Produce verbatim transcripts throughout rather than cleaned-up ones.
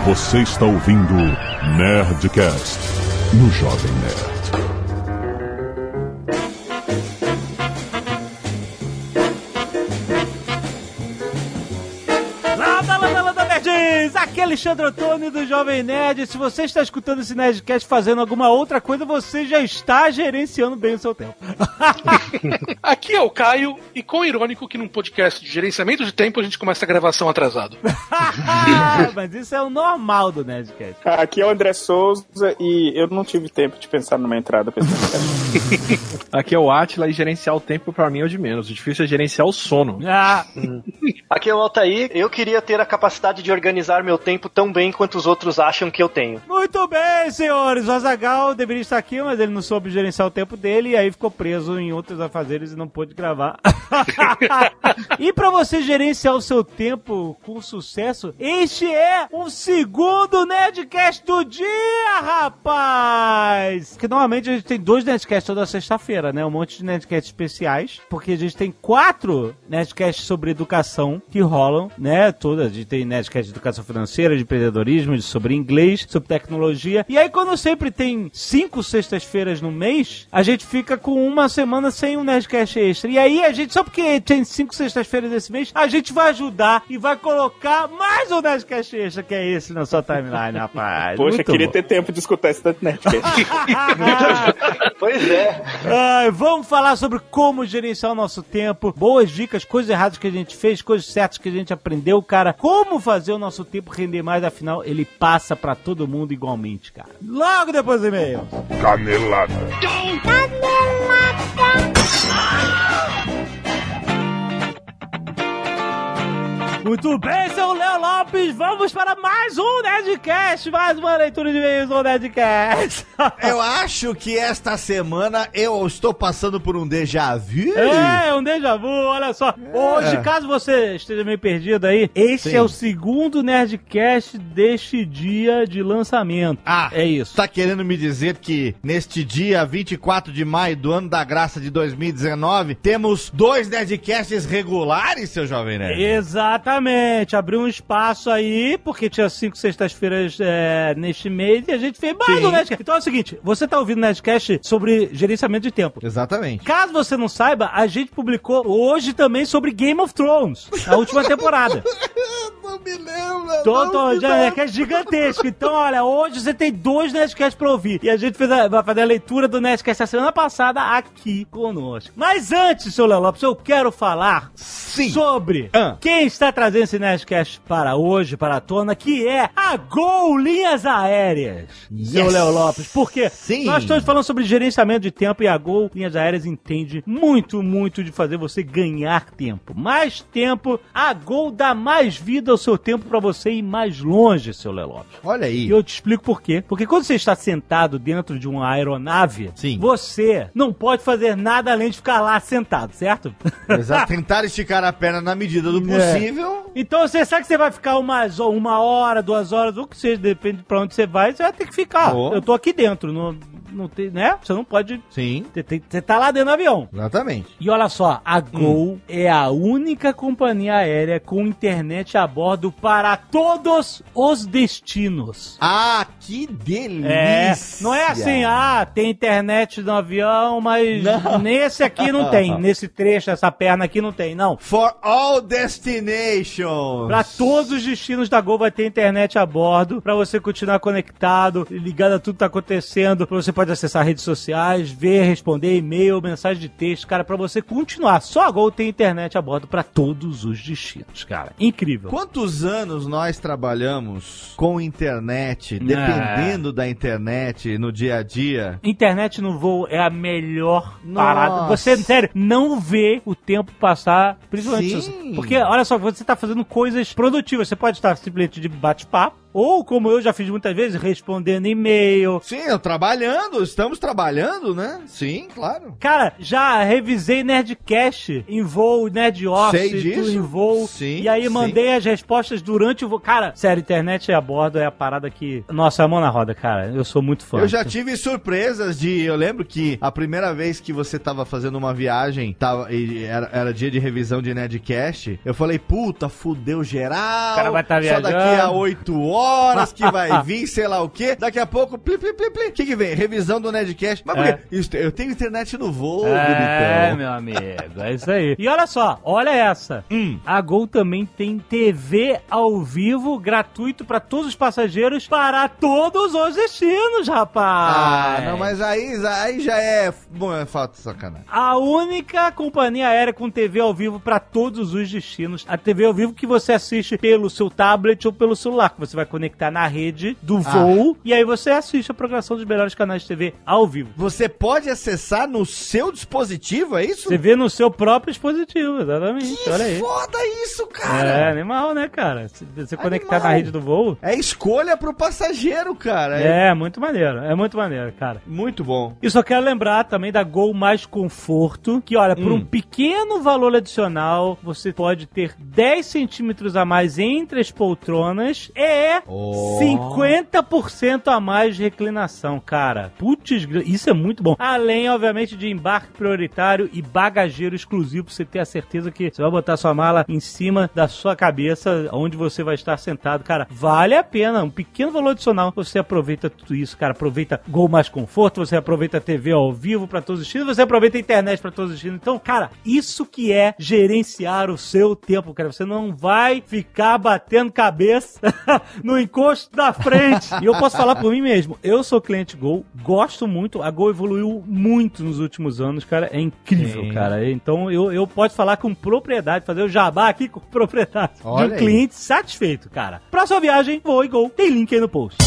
Você está ouvindo Nerdcast no Jovem Nerd. Aqui é Alexandre Ottoni do Jovem Nerd. Se você está escutando esse Nerdcast fazendo alguma outra coisa, você já está gerenciando bem o seu tempo. Aqui é o Caio, e quão irônico que num podcast de gerenciamento de tempo a gente começa a gravação atrasado. Mas isso é o normal do Nerdcast. Aqui é o André Souza e eu não tive tempo de pensar numa entrada pra esse Aqui é o Átila e gerenciar o tempo pra mim é o de menos. O difícil é gerenciar o sono. Ah. Aqui é o Altair. Eu queria ter a capacidade de organizar meu tempo tão bem quanto os outros acham que eu tenho. Muito bem, senhores. O Azaghal deveria estar aqui, mas ele não soube gerenciar o tempo dele e aí ficou preso em outros afazeres e não pôde gravar. E pra você gerenciar o seu tempo com sucesso, este é o segundo Nerdcast do dia, rapaz! Porque normalmente a gente tem dois Nerdcasts toda sexta-feira, né? Um monte de Nerdcasts especiais, porque a gente tem quatro Nerdcasts sobre educação que rolam, né? Todas. A gente tem Nerdcast de educação financeira, de empreendedorismo, sobre inglês, sobre tecnologia. E aí, quando sempre tem cinco sextas-feiras no mês, a gente fica com uma semana sem um Nerdcast extra. E aí, a gente, só porque tem cinco sextas-feiras desse mês, a gente vai ajudar e vai colocar mais um Nerdcast extra, que é esse na sua timeline, rapaz. Poxa, Muito queria bom. ter tempo de escutar esse Nerdcast. Pois é. Ai, vamos falar sobre como gerenciar o nosso tempo, boas dicas, coisas erradas que a gente fez, coisas certas que a gente aprendeu, cara. Como fazer o nosso tempo render mais, afinal, ele passa pra todo mundo igualmente, cara. Logo depois do e-mail. Canelada. Muito bem, seu Léo Lopes, vamos para mais um Nerdcast, mais uma leitura de e-mails do Nerdcast. Eu acho que esta semana eu estou passando por um déjà vu. É, um déjà vu, olha só. É. Hoje, caso você esteja meio perdido aí, esse Sim. é o segundo Nerdcast deste dia de lançamento. Ah, é isso. Tá querendo me dizer que neste dia vinte e quatro de maio do ano da graça de dois mil e dezenove, temos dois Nerdcasts regulares, seu Jovem Nerd? Exatamente. Abriu um espaço aí, porque tinha cinco sextas-feiras é, neste mês, e a gente fez mais um Nerdcast. Então é o seguinte, você tá ouvindo o Nerdcast sobre gerenciamento de tempo. Exatamente. Caso você não saiba, a gente publicou hoje também sobre Game of Thrones, a última temporada. Não me lembro. Todo Nerdcast gigantesco. Então, olha, hoje você tem dois Nerdcasts pra ouvir. E a gente fez a, vai fazer a leitura do Nerdcast a semana passada aqui conosco. Mas antes, seu Léo Lopes, eu quero falar Sim. sobre ah. quem está trazendo esse Nerdcast para hoje, para a tona, que é a Gol Linhas Aéreas. Yes. Seu Léo Lopes. Porque Sim. nós estamos falando sobre gerenciamento de tempo e a Gol Linhas Aéreas entende muito, muito de fazer você ganhar tempo. Mais tempo, a Gol dá mais vida ao seu tempo para você ir mais longe, seu Léo Lopes. Olha aí. E eu te explico por quê. Porque quando você está sentado dentro de uma aeronave, Sim. você não pode fazer nada além de ficar lá sentado, certo? Exato. Tentar esticar a perna na medida do possível. É. Então você sabe que você vai ficar umas, uma hora, duas horas, ou que seja, depende pra onde você vai, você vai ter que ficar. Oh. Eu tô aqui dentro, não, não tem, né? Você não pode... Sim. Você, tem, você tá lá dentro do avião. Exatamente. E olha só, a Gol hum. é a única companhia aérea com internet a bordo para todos os destinos. Ah, que delícia! É, não é assim, ah, tem internet no avião, mas não. Nesse aqui não tem. Nesse trecho, essa perna aqui não tem, não. For all destinations. Pra todos os destinos da Gol vai ter internet a bordo, pra você continuar conectado, ligado a tudo que tá acontecendo, pra você pode acessar redes sociais, ver, responder e-mail, mensagem de texto, cara, pra você continuar. Só a Gol tem internet a bordo pra todos os destinos, cara. Incrível. Quantos anos nós trabalhamos com internet, dependendo é. da internet no dia a dia? Internet no voo é a melhor Nossa. parada. Você, sério, não vê o tempo passar, principalmente... Sim. Porque, olha só, você tá fazendo coisas produtivas. Você pode estar simplesmente de bate-papo, ou, como eu já fiz muitas vezes, respondendo e-mail. Sim, eu trabalhando, estamos trabalhando, né? Sim, claro. Cara, já revisei Nerdcast em voo, Nerd Office, Sei disso. tudo em voo. Sim, e aí sim. mandei as respostas durante o voo. Cara, sério, internet a bordo é a parada que... Nossa, é a mão na roda, cara. Eu sou muito fã. Eu já tive surpresas de... Eu lembro que a primeira vez que você tava fazendo uma viagem, tava, e era, era dia de revisão de Nerdcast, eu falei, puta, fudeu geral. O cara vai estar só viajando. daqui a oito horas. horas que vai vir, sei lá o quê. Daqui a pouco, pli, pli, pli, pli. O que que vem? Revisão do Nerdcast. Mas por É. quê? Isso, eu tenho internet no voo, É, bonitão. meu amigo, é isso aí. E olha só, olha essa. Hum. A Gol também tem T V ao vivo, gratuito para todos os passageiros, para todos os destinos, rapaz. Ah, não, mas aí, aí já é... Bom, é falta de sacanagem. A única companhia aérea com T V ao vivo para todos os destinos. A T V ao vivo que você assiste pelo seu tablet ou pelo celular, que você vai conectar na rede do voo, e aí você assiste a programação dos melhores canais de T V ao vivo. Você pode acessar no seu dispositivo, é isso? Você vê no seu próprio dispositivo, exatamente. Que Olha aí. foda isso, cara. É, animal, né, cara? Se você Animal. conectar na rede do voo... É escolha pro passageiro, cara. É, muito maneiro. É muito maneiro, cara. Muito bom. E só quero lembrar também da Gol Mais Conforto, que olha, por Hum. um pequeno valor adicional, você pode ter dez centímetros a mais entre as poltronas e Oh. cinquenta por cento a mais de reclinação, cara. Putz, gr- isso é muito bom. Além, obviamente, de embarque prioritário e bagageiro exclusivo, pra você ter a certeza que você vai botar sua mala em cima da sua cabeça, onde você vai estar sentado. Cara, vale a pena. Um pequeno valor adicional. Você aproveita tudo isso, cara. Aproveita Gol Mais Conforto, você aproveita a T V ao vivo pra todos os destinos, você aproveita a internet pra todos os destinos. Então, cara, isso que é gerenciar o seu tempo, cara. Você não vai ficar batendo cabeça no encosto da frente. E eu posso falar por mim mesmo. Eu sou cliente Gol, gosto muito. A Gol evoluiu muito nos últimos anos, cara. É incrível, Sim. cara. Então, eu, eu posso falar com propriedade, fazer o jabá aqui com propriedade Olha de um aí. cliente satisfeito, cara. Pra sua viagem, Voa e Gol. Tem link aí no post.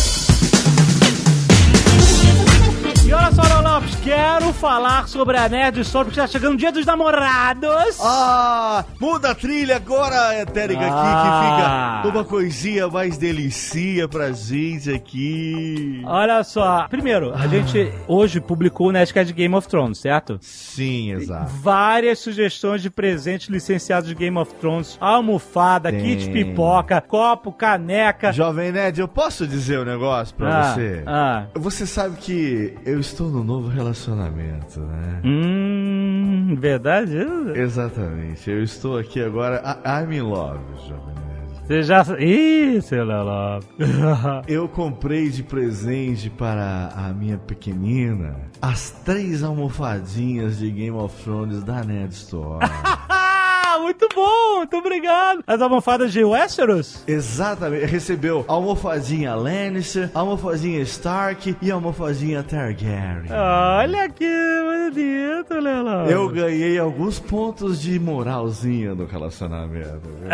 E olha só, Léo Lopes, quero falar sobre a Nerd Store, porque está chegando o Dia dos Namorados. Ah, muda a trilha agora, Etérica, Ah. aqui, que fica uma coisinha mais delicia pra gente aqui. Olha só, primeiro, a gente hoje publicou o Nerdcast de Game of Thrones, certo? Sim, exato. Várias sugestões de presentes licenciados de Game of Thrones, almofada, Tem. kit pipoca, copo, caneca. Jovem Nerd, eu posso dizer um negócio pra Ah, você? ah. Você sabe que eu estou num novo relacionamento, né? Hum, verdade? Exatamente, eu estou aqui agora, I- I'm in love, Jovem Nerd. Você já... Ih, seu Léo Lopes. Eu comprei de presente para a minha pequenina as três almofadinhas de Game of Thrones da Nerd Store. Muito bom, muito obrigado. As almofadas de Westeros? Exatamente, recebeu a almofadinha Lannister, a almofadinha Stark e a almofadinha Targaryen. Olha que bonito, Léo. Eu ganhei alguns pontos de moralzinha no relacionamento. viu,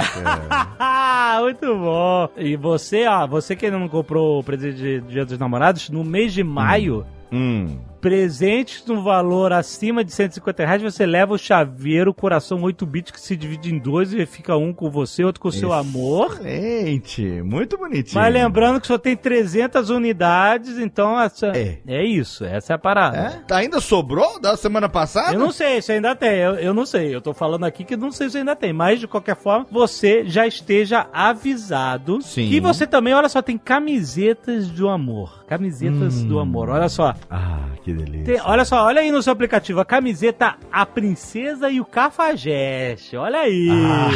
cara? Muito bom. E você, ó, você que ainda não comprou o presente de Dia dos Namorados, no mês de maio, hum. presentes no valor acima de cento e cinquenta reais, você leva o chaveiro Coração oito bits que se divide em dois e fica um com você, outro com o seu amor. Excelente, muito bonitinho. Mas lembrando que só tem trezentas unidades, então essa... É. é isso, essa é a parada. É? Ainda sobrou da semana passada? Eu não sei se ainda tem, eu, eu não sei. Eu tô falando aqui que não sei se ainda tem, mas de qualquer forma, você já esteja avisado. Sim. Que você também, olha só, tem camisetas do amor. Camisetas Hum. do amor, olha só. Ah, que delícia. Tem- olha só, olha aí no seu aplicativo, a camiseta A Princesa e o Cafajeste. Olha aí.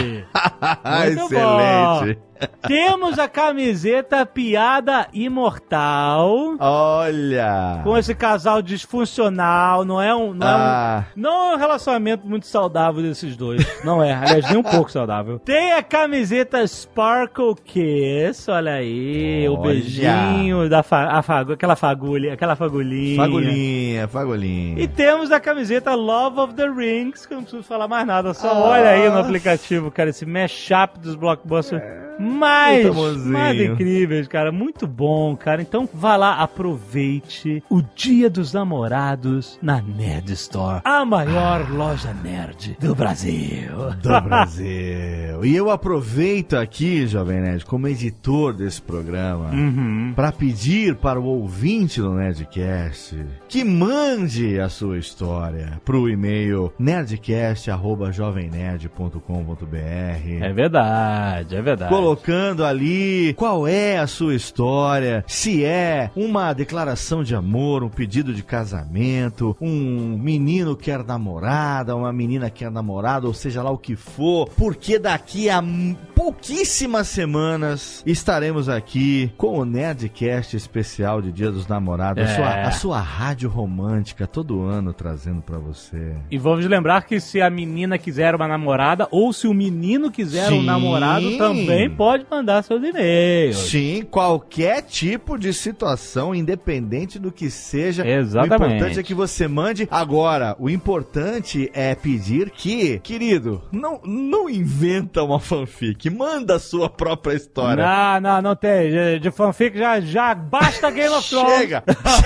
Ah, Muito excelente. Temos a camiseta Piada Imortal. Olha. Com esse casal disfuncional, não é um, não, Ah. é um, não é um relacionamento muito saudável desses dois. Não é, aliás, nem um pouco saudável. Tem a camiseta Sparkle Kiss, olha aí, o Olha. beijinho da fa, a fagu, aquela fagulha, aquela fagulhinha. Fagulhinha, fagulhinha. E temos a camiseta Love of the Rings, que eu não preciso falar mais nada, só Ah. olha aí no aplicativo, cara, esse mashup dos blockbusters mais, Muito amorzinho. mais incríveis, cara, muito bom, cara. Então vá lá, aproveite o Dia dos Namorados na Nerd Store, a maior loja nerd do Brasil. Do Brasil. E eu aproveito aqui, Jovem Nerd, como editor desse programa, Uhum. para pedir para o ouvinte do Nerdcast que mande a sua história pro e-mail nerdcast arroba jovem nerd ponto com ponto b r. É verdade, é verdade. colocando ali qual é a sua história, se é uma declaração de amor, um pedido de casamento, um menino quer namorada, uma menina quer namorado, ou seja lá o que for, porque daqui a pouquíssimas semanas estaremos aqui com o Nerdcast especial de Dia dos Namorados, É. a, sua, a sua rádio romântica todo ano trazendo pra você. E vamos lembrar que se a menina quiser uma namorada, ou se o menino quiser Sim. um namorado, também pode mandar seus e-mails. Sim, qualquer tipo de situação, independente do que seja. Exatamente. O importante é que você mande. Agora, o importante é pedir que, querido, não, não inventa uma fanfic, manda a sua própria história. Não, não, não tem. De, de fanfic já, já basta Game of Thrones. Chega!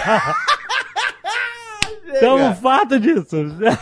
Então, fato disso.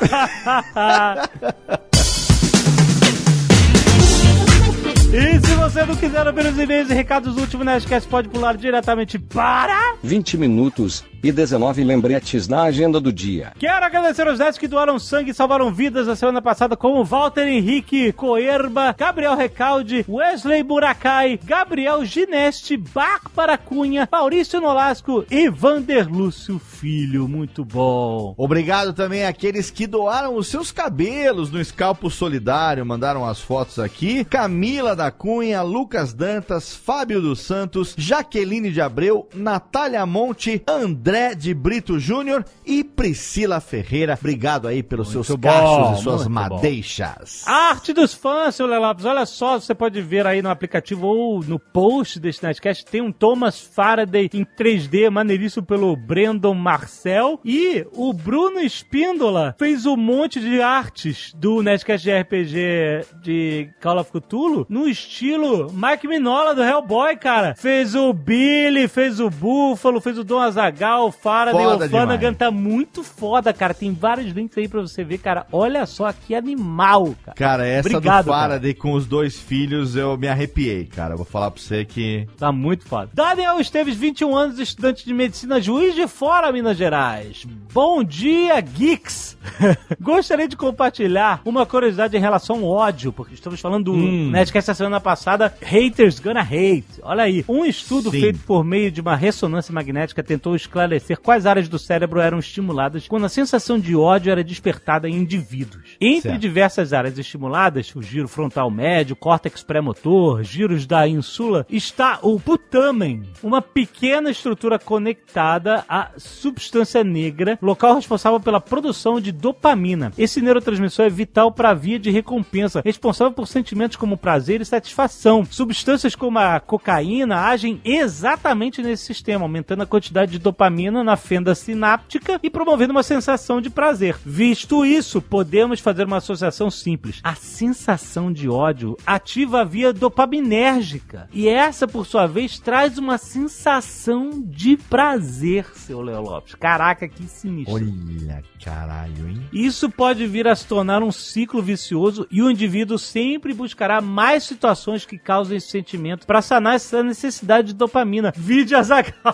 E se você não quiser ouvir os e-mails e recados do último Nerdcast, pode pular diretamente para... vinte minutos e dezenove lembretes na agenda do dia. Quero agradecer aos nerds que doaram sangue e salvaram vidas na semana passada, como Walter Henrique Coerba, Gabriel Recalde, Wesley Burakai, Gabriel Gineste, Bárbara Cunha, Maurício Nolasco e Vander Lúcio Filho. Muito bom. Obrigado também àqueles que doaram os seus cabelos no Scalpo Solidário, mandaram as fotos aqui. Camila da Cunha, Lucas Dantas, Fábio dos Santos, Jaqueline de Abreu, Natália Monte, André de Brito Júnior e Priscila Ferreira. Obrigado aí pelos Muito seus bom, cachos e suas muito madeixas. A arte dos fãs, seu Lelopes. Olha só, você pode ver aí no aplicativo ou no post deste Nerdcast, tem um Thomas Faraday em três D, maneiríssimo pelo Brandon Marcel. E o Bruno Espíndola fez um monte de artes do Nerdcast de R P G de Call of Cthulhu no estilo Mike Mignola do Hellboy, cara. Fez o Billy, fez o Búfalo, fez o Dom Azaghal, o Faraday, Foda o Flanagan. demais. Tá muito foda, cara. Tem vários links aí pra você ver, cara. Olha só que animal, cara. Cara, essa Obrigado, do Faraday com os dois filhos, eu me arrepiei, cara. Vou falar pra você que... Tá muito foda. Daniel Esteves, vinte e um anos, estudante de medicina, Juiz de Fora, Minas Gerais. Bom dia, geeks! Gostaria de compartilhar uma curiosidade em relação ao ódio, porque estamos falando do Hum. Nerdcast essa semana passada, Haters Gonna Hate. Olha aí, um estudo Sim. feito por meio de uma ressonância magnética tentou esclarecer quais áreas do cérebro eram estimuladas quando a sensação de ódio era despertada em indivíduos. Entre Certo. diversas áreas estimuladas, o giro frontal médio, córtex pré-motor, giros da insula, está o putamen, uma pequena estrutura conectada à substância negra, local responsável pela produção de dopamina. Esse neurotransmissor é vital para a via de recompensa, responsável por sentimentos como prazer e satisfação. Substâncias como a cocaína agem exatamente nesse sistema, aumentando a quantidade de dopamina na fenda sináptica e promovendo uma sensação de prazer. Visto isso, podemos fazer uma associação simples. A sensação de ódio ativa a via dopaminérgica e essa, por sua vez, traz uma sensação de prazer, seu Léo Lopes. Caraca, que sinistro. Olha, caralho, hein? Isso pode vir a se tornar um ciclo vicioso e o indivíduo sempre buscará mais situações que causem esse sentimento para sanar essa necessidade de dopamina. Vide Azaghal.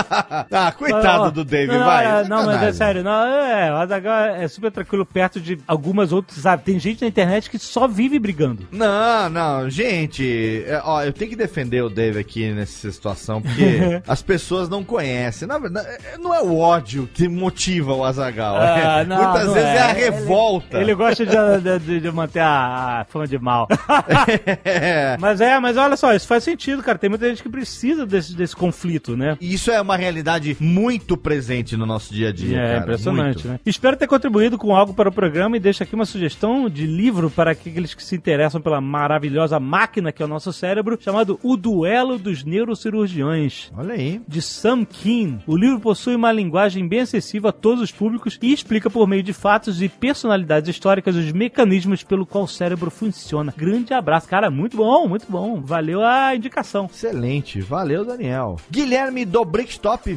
Ah, coitado Ó, do David, não, vai. é, não, mas é sacanagem. sério. Não, é, o Azaghal é super tranquilo perto de algumas outras, sabe? Tem gente na internet que só vive brigando. Não, não, gente, é, ó, eu tenho que defender o Dave aqui nessa situação, porque as pessoas não conhecem. Na verdade, é, não é o ódio que motiva o Azaghal. Ah, é, não, muitas não vezes é, é. a revolta. Ele, ele gosta de, de, de manter a, a fama de mal. É. Mas é, mas olha só, isso faz sentido, cara. Tem muita gente que precisa desse, desse conflito, né? Isso é uma realidade muito presente no nosso dia a dia, É, cara. impressionante, muito. né? Espero ter contribuído com algo para o programa e deixo aqui uma sugestão de livro para aqueles que se interessam pela maravilhosa máquina que é o nosso cérebro, chamado O Duelo dos Neurocirurgiões, Olha aí. de Sam Keen. O livro possui uma linguagem bem acessível a todos os públicos e explica por meio de fatos e personalidades históricas os mecanismos pelo qual o cérebro funciona. Grande abraço. Cara, muito bom, muito bom. Valeu a indicação. Excelente, valeu, Daniel. Guilherme Dobrikstop, vinte e oito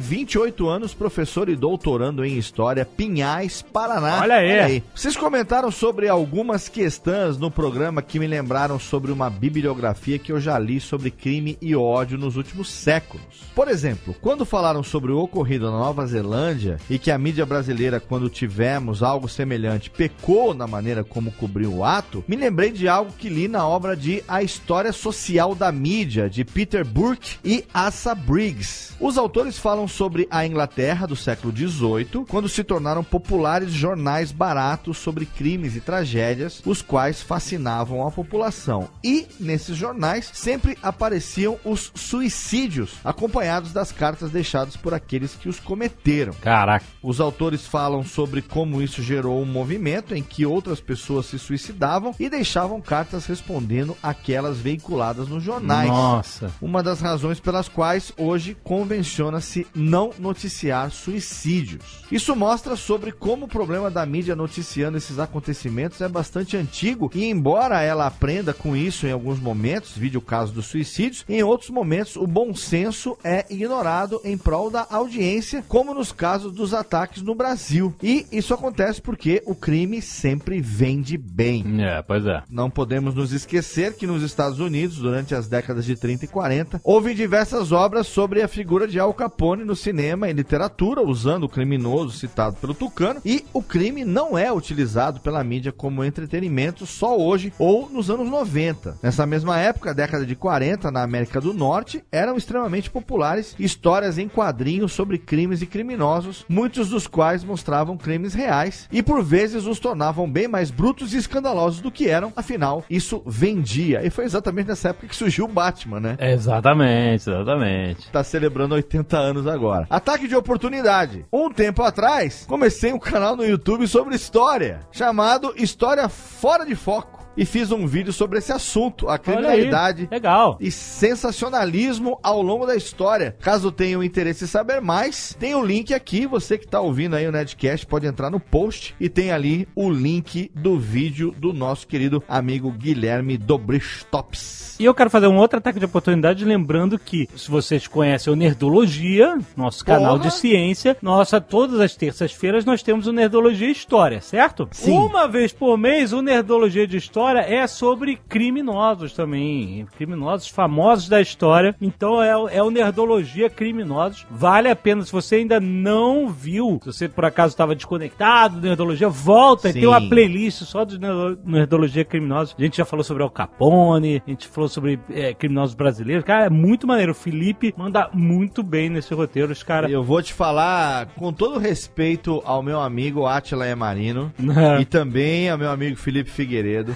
oito anos, professor e doutorando em História, Pinhais, Paraná. Olha aí. Olha aí. Vocês comentaram sobre algumas questões no programa que me lembraram sobre uma bibliografia que eu já li sobre crime e ódio nos últimos séculos. Por exemplo, quando falaram sobre o ocorrido na Nova Zelândia e que a mídia brasileira, quando tivemos algo semelhante, pecou na maneira como cobriu o ato, me lembrei de algo que li na obra de A História Social da Mídia, de Peter Burke e Asa Briggs. Os autores falam sobre a Inglaterra do século dezoito, quando se tornaram populares jornais baratos sobre crimes e tragédias, os quais fascinavam a população. E, nesses jornais, sempre apareciam os suicídios, acompanhados das cartas deixadas por aqueles que os cometeram. Caraca. Os autores falam sobre como isso gerou um movimento em que outras pessoas se suicidavam e deixavam cartas respondendo aquelas veiculadas nos jornais. Nossa. Uma das razões pelas quais hoje convenciona-se não noticiar suicídios. Isso mostra sobre como o problema da mídia noticiando esses acontecimentos é bastante antigo e, embora ela aprenda com isso em alguns momentos, vide o caso dos suicídios, em outros momentos o bom senso é ignorado em prol da audiência, como nos casos dos ataques no Brasil. E isso acontece porque o crime sempre vende bem. É, pois é. Não podemos nos esquecer que nos Estados Unidos, durante as décadas de trinta e quarenta, houve diversas obras sobre a figura de Al Capone no cinema e literatura, usando o criminoso citado pelo Tucano, e o crime não é utilizado pela mídia como entretenimento só hoje ou nos anos noventa. Nessa mesma época, década de quarenta, na América do Norte, eram extremamente populares histórias em quadrinhos sobre crimes e criminosos, muitos dos quais mostravam crimes reais e por vezes os tornavam bem mais brutos e escandalosos do que eram, afinal, isso vendia. E foi exatamente nessa época que surgiu o Batman, né? Exatamente, exatamente. Tá celebrando oitenta anos agora. Ataque de oportunidade. Um tempo atrás, comecei um canal no YouTube sobre história, chamado História Fora de Foco. E fiz um vídeo sobre esse assunto, a criminalidade Legal. e sensacionalismo ao longo da história. Caso tenham interesse em saber mais, tem o link aqui. Você que está ouvindo aí o Nerdcast pode entrar no post e tem ali o link do vídeo do nosso querido amigo Guilherme Dobristops. E eu quero fazer um outro ataque de oportunidade, lembrando que, se vocês conhecem o Nerdologia, nosso canal Porra. de ciência, nossa, todas as terças-feiras nós temos o Nerdologia História, certo? Sim. Uma vez por mês, o Nerdologia de História é sobre criminosos também, criminosos famosos da história. Então é, é o Nerdologia Criminosos. Vale a pena, se você ainda não viu, se você por acaso estava desconectado do Nerdologia, volta. Sim. E tem uma playlist só do Nerdologia Criminosos. A gente já falou sobre Al Capone, a gente falou sobre é, criminosos brasileiros. Cara, é muito maneiro. O Felipe manda muito bem nesse roteiro, os caras. Eu vou te falar com todo respeito ao meu amigo Átila Emarino e também ao meu amigo Felipe Figueiredo,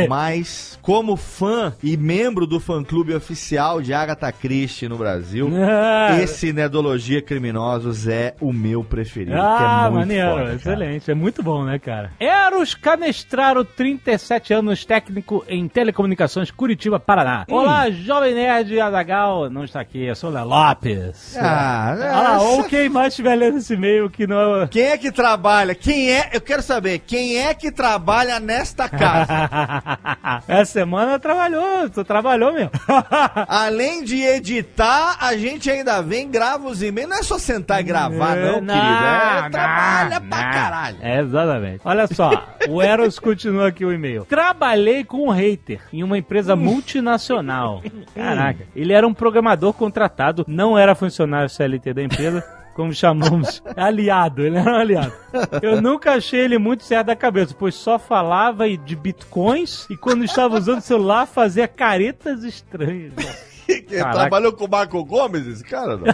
mas como fã e membro do fã-clube oficial de Agatha Christie no Brasil, esse Nerdologia Criminosos é o meu preferido, Ah, que é muito maneiro, foda, cara. excelente. É muito bom, né, cara? Eros Canestraro, trinta e sete anos, técnico em telecomunicações, Curitiba, Paraná. Hum. Olá, Jovem Nerd Azaghal. Não está aqui, eu sou o Léo Lopes. Ah, Olha lá, essa- ou quem mais estiver lendo esse e-mail que não... Quem é que trabalha? Quem é? Eu quero saber, quem é que trabalha nesta casa? Essa semana trabalhou, tu trabalhou mesmo. Além de editar, a gente ainda vem, grava os e-mails. Não é só sentar e gravar, não, Não, querido. É, não, trabalha não. pra caralho. É, exatamente. Olha só, o Eros continua aqui o e-mail. Trabalhei com um hater em uma empresa multinacional. Caraca, ele era um programador contratado, não era funcionário C L T da empresa, como chamamos, aliado, ele era um aliado. Eu nunca achei ele muito certo da cabeça, pois só falava de bitcoins e quando estava usando o celular fazia caretas estranhas. Caraca. Trabalhou com o Marco Gomes, esse cara? Não?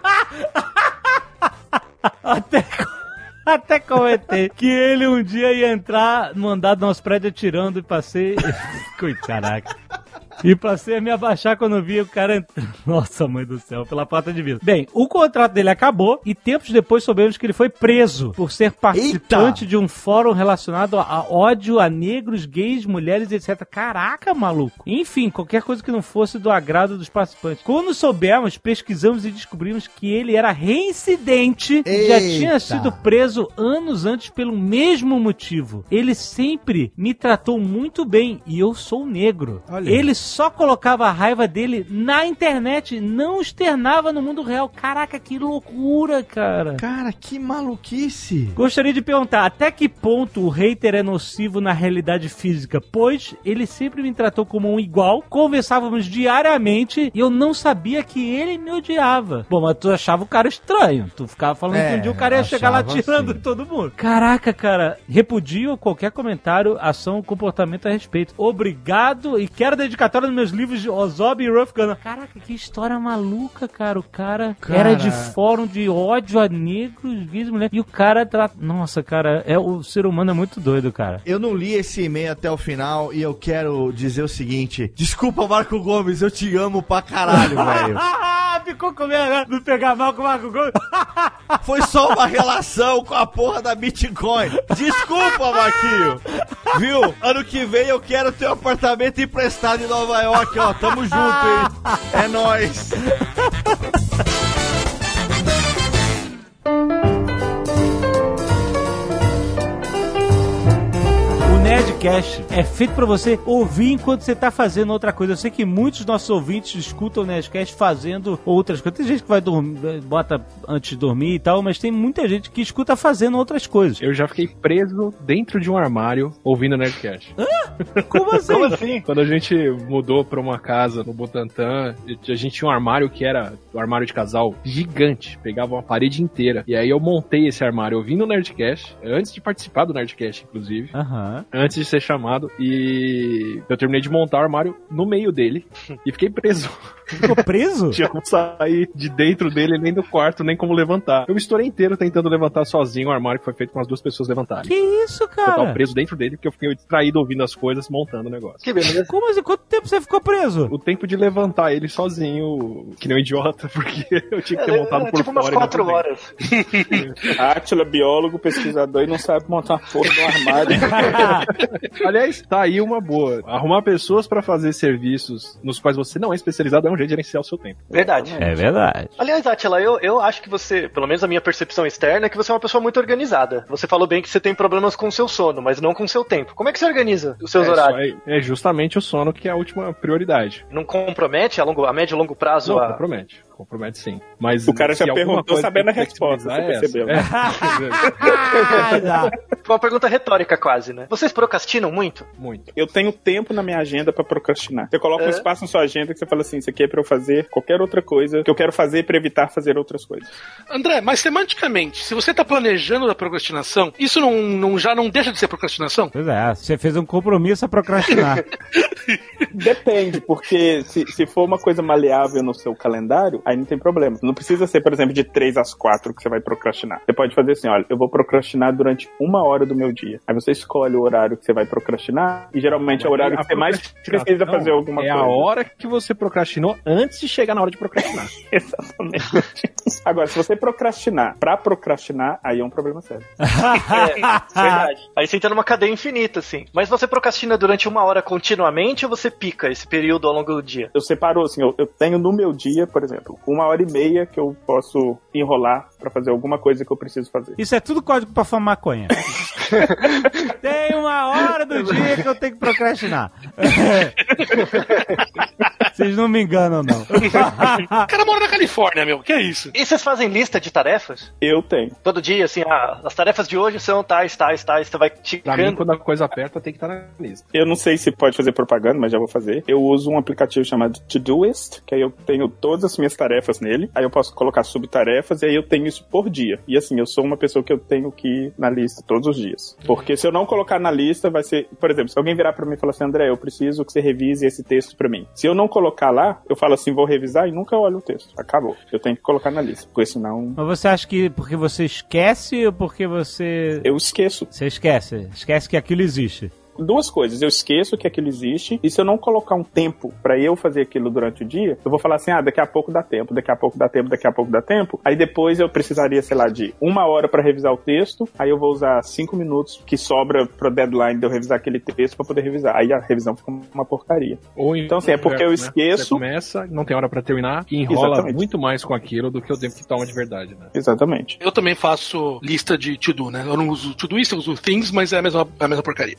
Até, até comentei que ele um dia ia entrar no andar do nosso prédio atirando e passei... Coitado, caraca. E passei a me abaixar quando vi o cara entrando. Nossa, mãe do céu, pela porta de vidro. Bem, o contrato dele acabou e tempos depois soubemos que ele foi preso por ser participante Eita! de um fórum relacionado a ódio a negros, gays, mulheres, etcétera. Caraca, maluco. Enfim, qualquer coisa que não fosse do agrado dos participantes. Quando soubemos, pesquisamos e descobrimos que ele era reincidente e já Eita! tinha sido preso anos antes pelo mesmo motivo. Ele sempre me tratou muito bem e eu sou negro. Olha. Ele só colocava a raiva dele na internet, não externava no mundo real. Caraca, que loucura, cara. Cara, que maluquice. Gostaria de perguntar, até que ponto o hater é nocivo na realidade física? Pois ele sempre me tratou como um igual, conversávamos diariamente e eu não sabia que ele me odiava. Bom, mas tu achava o cara estranho. Tu ficava falando É, que um dia o cara ia chegar lá achava tirando assim. todo mundo. Caraca, cara, repudio qualquer comentário, ação ou comportamento a respeito. Obrigado e quero dedicatória nos meus livros de Ozob e Ruff Gunner. Caraca, que história maluca, cara. O cara, Cara. era de fórum de ódio a negros, gays, mulheres. E o cara trata... Nossa, cara, é, o ser humano é muito doido, cara. Eu não li esse e-mail até o final e eu quero dizer o seguinte: desculpa, Marco Gomes, eu te amo pra caralho, velho. Ficou com medo de pegar mal com o Marco Gomes. Foi só uma relação com a porra da Bitcoin. Desculpa, Marquinho. Viu? Ano que vem eu quero ter um apartamento emprestado em Nova York, ó. Tamo junto, hein? É nóis. O Nerdcast é feito pra você ouvir enquanto você tá fazendo outra coisa. Eu sei que muitos dos nossos ouvintes escutam o Nerdcast fazendo outras coisas. Tem gente que vai dormir, bota antes de dormir e tal, mas tem muita gente que escuta fazendo outras coisas. Eu já fiquei preso dentro de um armário ouvindo o Nerdcast. Como assim? Como assim? Quando a gente mudou pra uma casa no Butantã, a gente tinha um armário que era um armário de casal gigante, pegava uma parede inteira. E aí eu montei esse armário ouvindo o Nerdcast, antes de participar do Nerdcast, inclusive. Aham. Antes de ser chamado, e eu terminei de montar o armário no meio dele e fiquei preso. Ficou preso? Tinha como sair de dentro dele, nem do quarto, nem como levantar. Eu me estourei inteiro tentando levantar sozinho o armário que foi feito com as duas pessoas levantarem. Que isso, Eu tava cara? preso dentro dele porque eu fiquei distraído ouvindo as coisas, montando o negócio. Que beleza. Como assim? Quanto tempo você ficou preso? O tempo de levantar ele sozinho, que nem um idiota, porque eu tinha que ter montado É, por tipo umas fora. e não quatro por dentro. horas. Átila, biólogo, pesquisador e não sabe montar uma porra no armário. Aliás, tá aí uma boa. Arrumar pessoas pra fazer serviços nos quais você não é especializado é um jeito de gerenciar o seu tempo. Verdade. É verdade. Aliás, Átila, eu, eu acho que você, pelo menos a minha percepção externa, é que você é uma pessoa muito organizada. Você falou bem que você tem problemas com o seu sono, mas não com o seu tempo. Como é que você organiza os seus é, horários? isso aí é justamente o sono que é a última prioridade. Não compromete a, longo, a médio e longo prazo? Não, a... compromete. Compromete sim. Mas O cara já se alguma perguntou coisa sabendo a tem que resposta, você flexibilizar, percebeu. Ah, já. Foi uma pergunta retórica quase, né? Vocês procrastinam muito? É, muito. Eu tenho tempo na minha agenda pra procrastinar. Você coloca É. um espaço na sua agenda que você fala assim, isso aqui é pra eu fazer qualquer outra coisa que eu quero fazer pra evitar fazer outras coisas. André, mas semanticamente, se você tá planejando a procrastinação, isso não, não- já não deixa de ser procrastinação? Pois é, você fez um compromisso a procrastinar. Depende, porque se, se for uma coisa maleável no seu calendário, aí não tem problema. Não precisa ser, por exemplo, de três às quatro que você vai procrastinar. Você pode fazer assim, olha, eu vou procrastinar durante uma hora do meu dia. Aí você escolhe o horário que você vai procrastinar e geralmente é o horário que você mais precisa fazer alguma é coisa. É a hora que você procrastinou antes de chegar na hora de procrastinar. Exatamente. Agora, se você procrastinar pra procrastinar, aí é um problema sério. É, verdade. Aí você entra numa cadeia infinita, assim. Mas você procrastina durante uma hora continuamente ou você pica esse período ao longo do dia? Eu separo, assim, eu, eu tenho no meu dia, por exemplo, uma hora e meia que eu posso enrolar pra fazer alguma coisa que eu preciso fazer. Isso é tudo código pra fumar maconha. Tem uma hora do dia que eu tenho que procrastinar. Vocês não me enganam, não. O cara mora na Califórnia, meu. Que é isso? E vocês fazem lista de tarefas? Eu tenho. Todo dia, assim, ah, as tarefas de hoje são tais, tais, tais. Você vai Pra mim, ticando. quando a coisa aperta, tem que estar na lista. Eu não sei se pode fazer propaganda, mas já vou fazer. Eu uso um aplicativo chamado Todoist, que aí eu tenho todas as minhas tarefas nele. Aí eu posso colocar subtarefas e aí eu tenho isso por dia. E assim, eu sou uma pessoa que eu tenho que ir na lista todos os dias. Porque se eu não colocar na lista, vai ser... Por exemplo, se alguém virar pra mim e falar assim, André, eu preciso que você revise esse texto pra mim. Se eu não colocar lá, eu falo assim, vou revisar e nunca olho o texto. Acabou. Eu tenho que colocar na lista, porque senão Mas você acha que porque você esquece ou porque você... eu esqueço. Você esquece. Esquece que aquilo existe. Duas coisas, eu esqueço que aquilo existe, e se eu não colocar um tempo pra eu fazer aquilo durante o dia, eu vou falar assim, ah, daqui a pouco dá tempo, daqui a pouco dá tempo, daqui a pouco dá tempo, aí depois eu precisaria, sei lá, de uma hora pra revisar o texto, aí eu vou usar cinco minutos que sobra pro deadline de eu revisar aquele texto pra poder revisar, aí a revisão fica uma porcaria. Ou Então, assim, é porque eu esqueço- Você começa, não tem hora pra terminar, e enrola Exatamente. muito mais com aquilo do que o tempo que toma de verdade, né? Exatamente. Eu também faço lista de to-do, né? Eu não uso to-do, eu uso things, mas é a mesma, é a mesma porcaria. O que acontece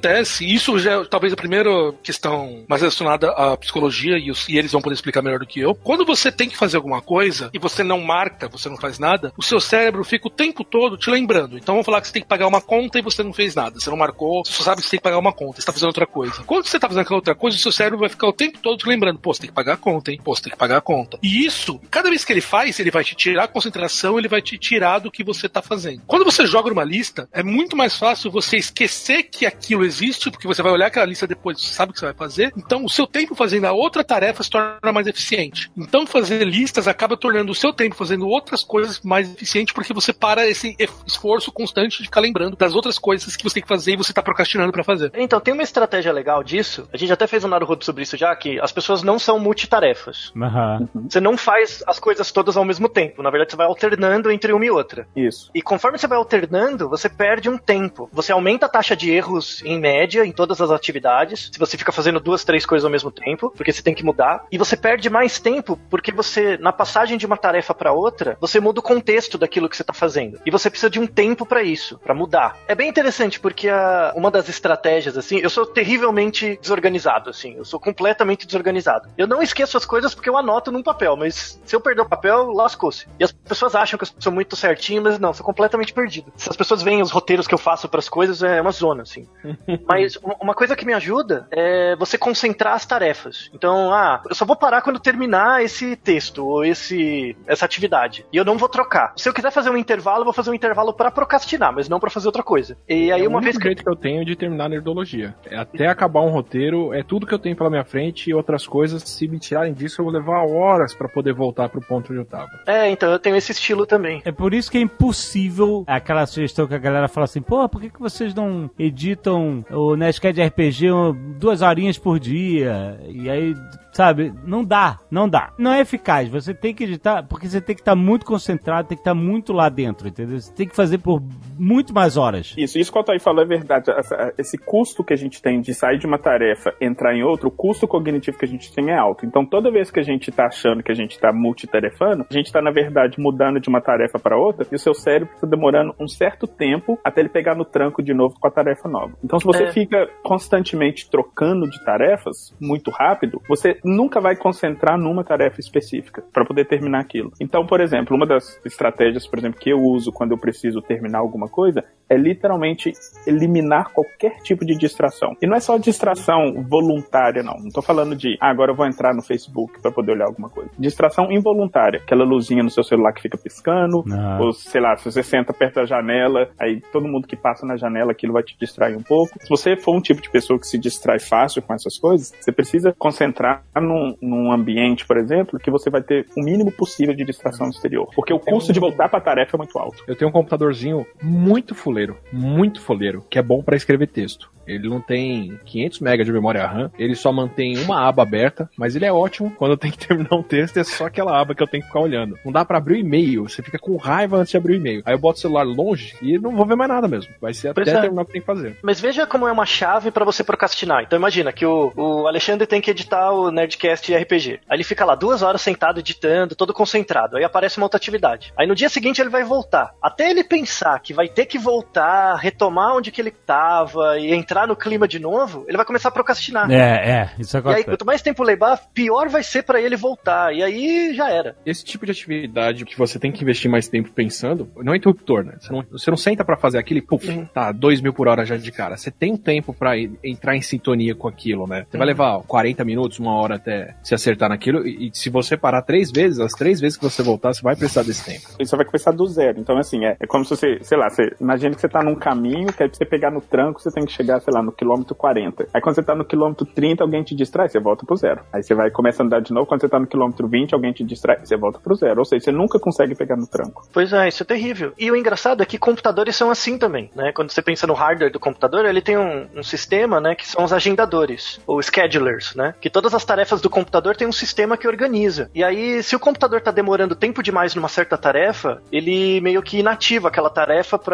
acontece, isso já é talvez a primeira questão mais relacionada à psicologia, e, os, e eles vão poder explicar melhor do que eu. Quando você tem que fazer alguma coisa e você não marca, você não faz nada, o seu cérebro fica o tempo todo te lembrando. Então vamos falar que você tem que pagar uma conta e você não fez nada. Você não marcou, você só sabe que você tem que pagar uma conta, você tá fazendo outra coisa. Quando você tá fazendo aquela outra coisa, o seu cérebro vai ficar o tempo todo te lembrando, pô, você tem que pagar a conta, hein? Pô, você tem que pagar a conta. E isso, cada vez que ele faz, ele vai te tirar a concentração, ele vai te tirar do que você tá fazendo. Quando você joga numa lista, é muito mais fácil você esquecer que aquilo existe, porque você vai olhar aquela lista depois, você sabe o que você vai fazer. Então, o seu tempo fazendo a outra tarefa se torna mais eficiente. Então, fazer listas acaba tornando o seu tempo fazendo outras coisas mais eficiente, porque você para esse esforço constante de ficar lembrando das outras coisas que você tem que fazer e você tá procrastinando pra fazer. Então, tem uma estratégia legal disso, a gente até fez um Naruhodo sobre isso já, que as pessoas não são multitarefas. Uhum. Você não faz as coisas todas ao mesmo tempo. Na verdade, você vai alternando entre uma e outra. Isso. E conforme você vai alternando, você perde um tempo. Você aumenta a taxa de erros em média em todas as atividades, se você fica fazendo duas, três coisas ao mesmo tempo, porque você tem que mudar. E você perde mais tempo, porque você, na passagem de uma tarefa pra outra, você muda o contexto daquilo que você tá fazendo. E você precisa de um tempo pra isso, pra mudar. É bem interessante, porque a, uma das estratégias, assim, eu sou terrivelmente desorganizado, assim, eu sou completamente desorganizado. Eu não esqueço as coisas porque eu anoto num papel, mas se eu perder o papel, lascou-se. E as pessoas acham que eu sou muito certinho, mas não, eu sou completamente perdido. Se as pessoas veem os roteiros que eu faço pras coisas, é uma zona, assim. Mas uma coisa que me ajuda é você concentrar as tarefas. Então, ah, eu só vou parar quando terminar esse texto, ou esse, essa atividade. E eu não vou trocar. Se eu quiser fazer um intervalo, eu vou fazer um intervalo pra procrastinar, mas não pra fazer outra coisa. E aí, é uma o vez único que... jeito que eu tenho de terminar a nerdologia. É até acabar um roteiro, é tudo que eu tenho pela minha frente e outras coisas, se me tirarem disso, eu vou levar horas pra poder voltar pro ponto onde eu tava. É, então eu tenho esse estilo também. É por isso que é impossível aquela sugestão que a galera fala assim, pô, por que, que vocês não editam o Nerdcast de R P G duas horinhas por dia? E aí, sabe, não dá, não dá. Não é eficaz, você tem que editar, porque você tem que estar muito concentrado, tem que estar muito lá dentro, entendeu? Você tem que fazer por muito mais horas. Isso, isso que o Altair falou é verdade. Esse custo que a gente tem de sair de uma tarefa, entrar em outra, o custo cognitivo que a gente tem é alto. Então, toda vez que a gente tá achando que a gente tá multitarefando, a gente tá, na verdade, mudando de uma tarefa para outra, e o seu cérebro tá demorando um certo tempo até ele pegar no tranco de novo com a tarefa nova. Então, se você é. fica constantemente trocando de tarefas muito rápido, você nunca vai concentrar numa tarefa específica para poder terminar aquilo. Então, por exemplo, uma das estratégias, por exemplo, que eu uso quando eu preciso terminar alguma coisa é literalmente eliminar qualquer tipo de distração. E não é só distração voluntária, não. Não tô falando de, ah, agora eu vou entrar no Facebook para poder olhar alguma coisa. Distração involuntária. Aquela luzinha no seu celular que fica piscando, ah. ou sei lá, se você senta perto da janela, aí todo mundo que passa na janela, aquilo vai te distrair um pouco. Se você for um tipo de pessoa que se distrai fácil com essas coisas, você precisa concentrar num, num ambiente, por exemplo, que você vai ter o mínimo possível de distração exterior. Porque o custo de voltar pra tarefa é muito alto. Eu tenho um computadorzinho muito fuleiro, muito fuleiro, que é bom pra escrever texto. Ele não tem quinhentos megabytes de memória RAM, ele só mantém uma aba aberta, mas ele é ótimo quando eu tenho que terminar um texto, é só aquela aba que eu tenho que ficar olhando. Não dá pra abrir o e-mail, você fica com raiva antes de abrir o e-mail. Aí eu boto o celular longe e não vou ver mais nada mesmo. Vai ser pois até é. terminar o que tem que fazer. Mas veja como é uma chave pra você procrastinar. Então imagina que o, o Alexandre tem que editar o Nerdcast de R P G. Aí ele fica lá duas horas sentado editando, todo concentrado. Aí aparece uma outra atividade. Aí no dia seguinte ele vai voltar. Até ele pensar que vai ter que voltar, retomar onde que ele tava e entrar no clima de novo, ele vai começar a procrastinar. É, é, isso acontece. E aí, quanto mais tempo levar, pior vai ser pra ele voltar. E aí já era. Esse tipo de atividade que você tem que investir mais tempo pensando, não é interruptor, né? Você não, você não senta pra fazer aquilo e, puf, uhum. tá, dois mil por hora já de cara. Você tem um tempo pra ir, entrar em sintonia com aquilo, né? Você uhum. vai levar quarenta minutos, uma hora até se acertar naquilo, e, e se você parar três vezes, as três vezes que você voltar, você vai precisar desse tempo. E você vai começar do zero. Então, assim, é, é como se você, sei lá, você imagina que você tá num caminho, que aí pra você pegar no tranco, você tem que chegar, sei lá, no quilômetro quarenta. Aí quando você tá no quilômetro trinta, alguém te distrai, você volta pro zero. Aí você vai começa a andar de novo, quando você tá no quilômetro vinte, alguém te distrai, você volta pro zero. Ou seja, você nunca consegue pegar no tranco. Pois é, isso é terrível. E o engraçado é que computadores são assim também, né? Quando você pensa no hardware do computador, ele tem um, um sistema, né, que são os agendadores, ou schedulers, né? Que todas as tarefas do computador tem um sistema que organiza. E aí, se o computador tá demorando tempo demais numa certa tarefa, ele meio que inativa aquela tarefa para o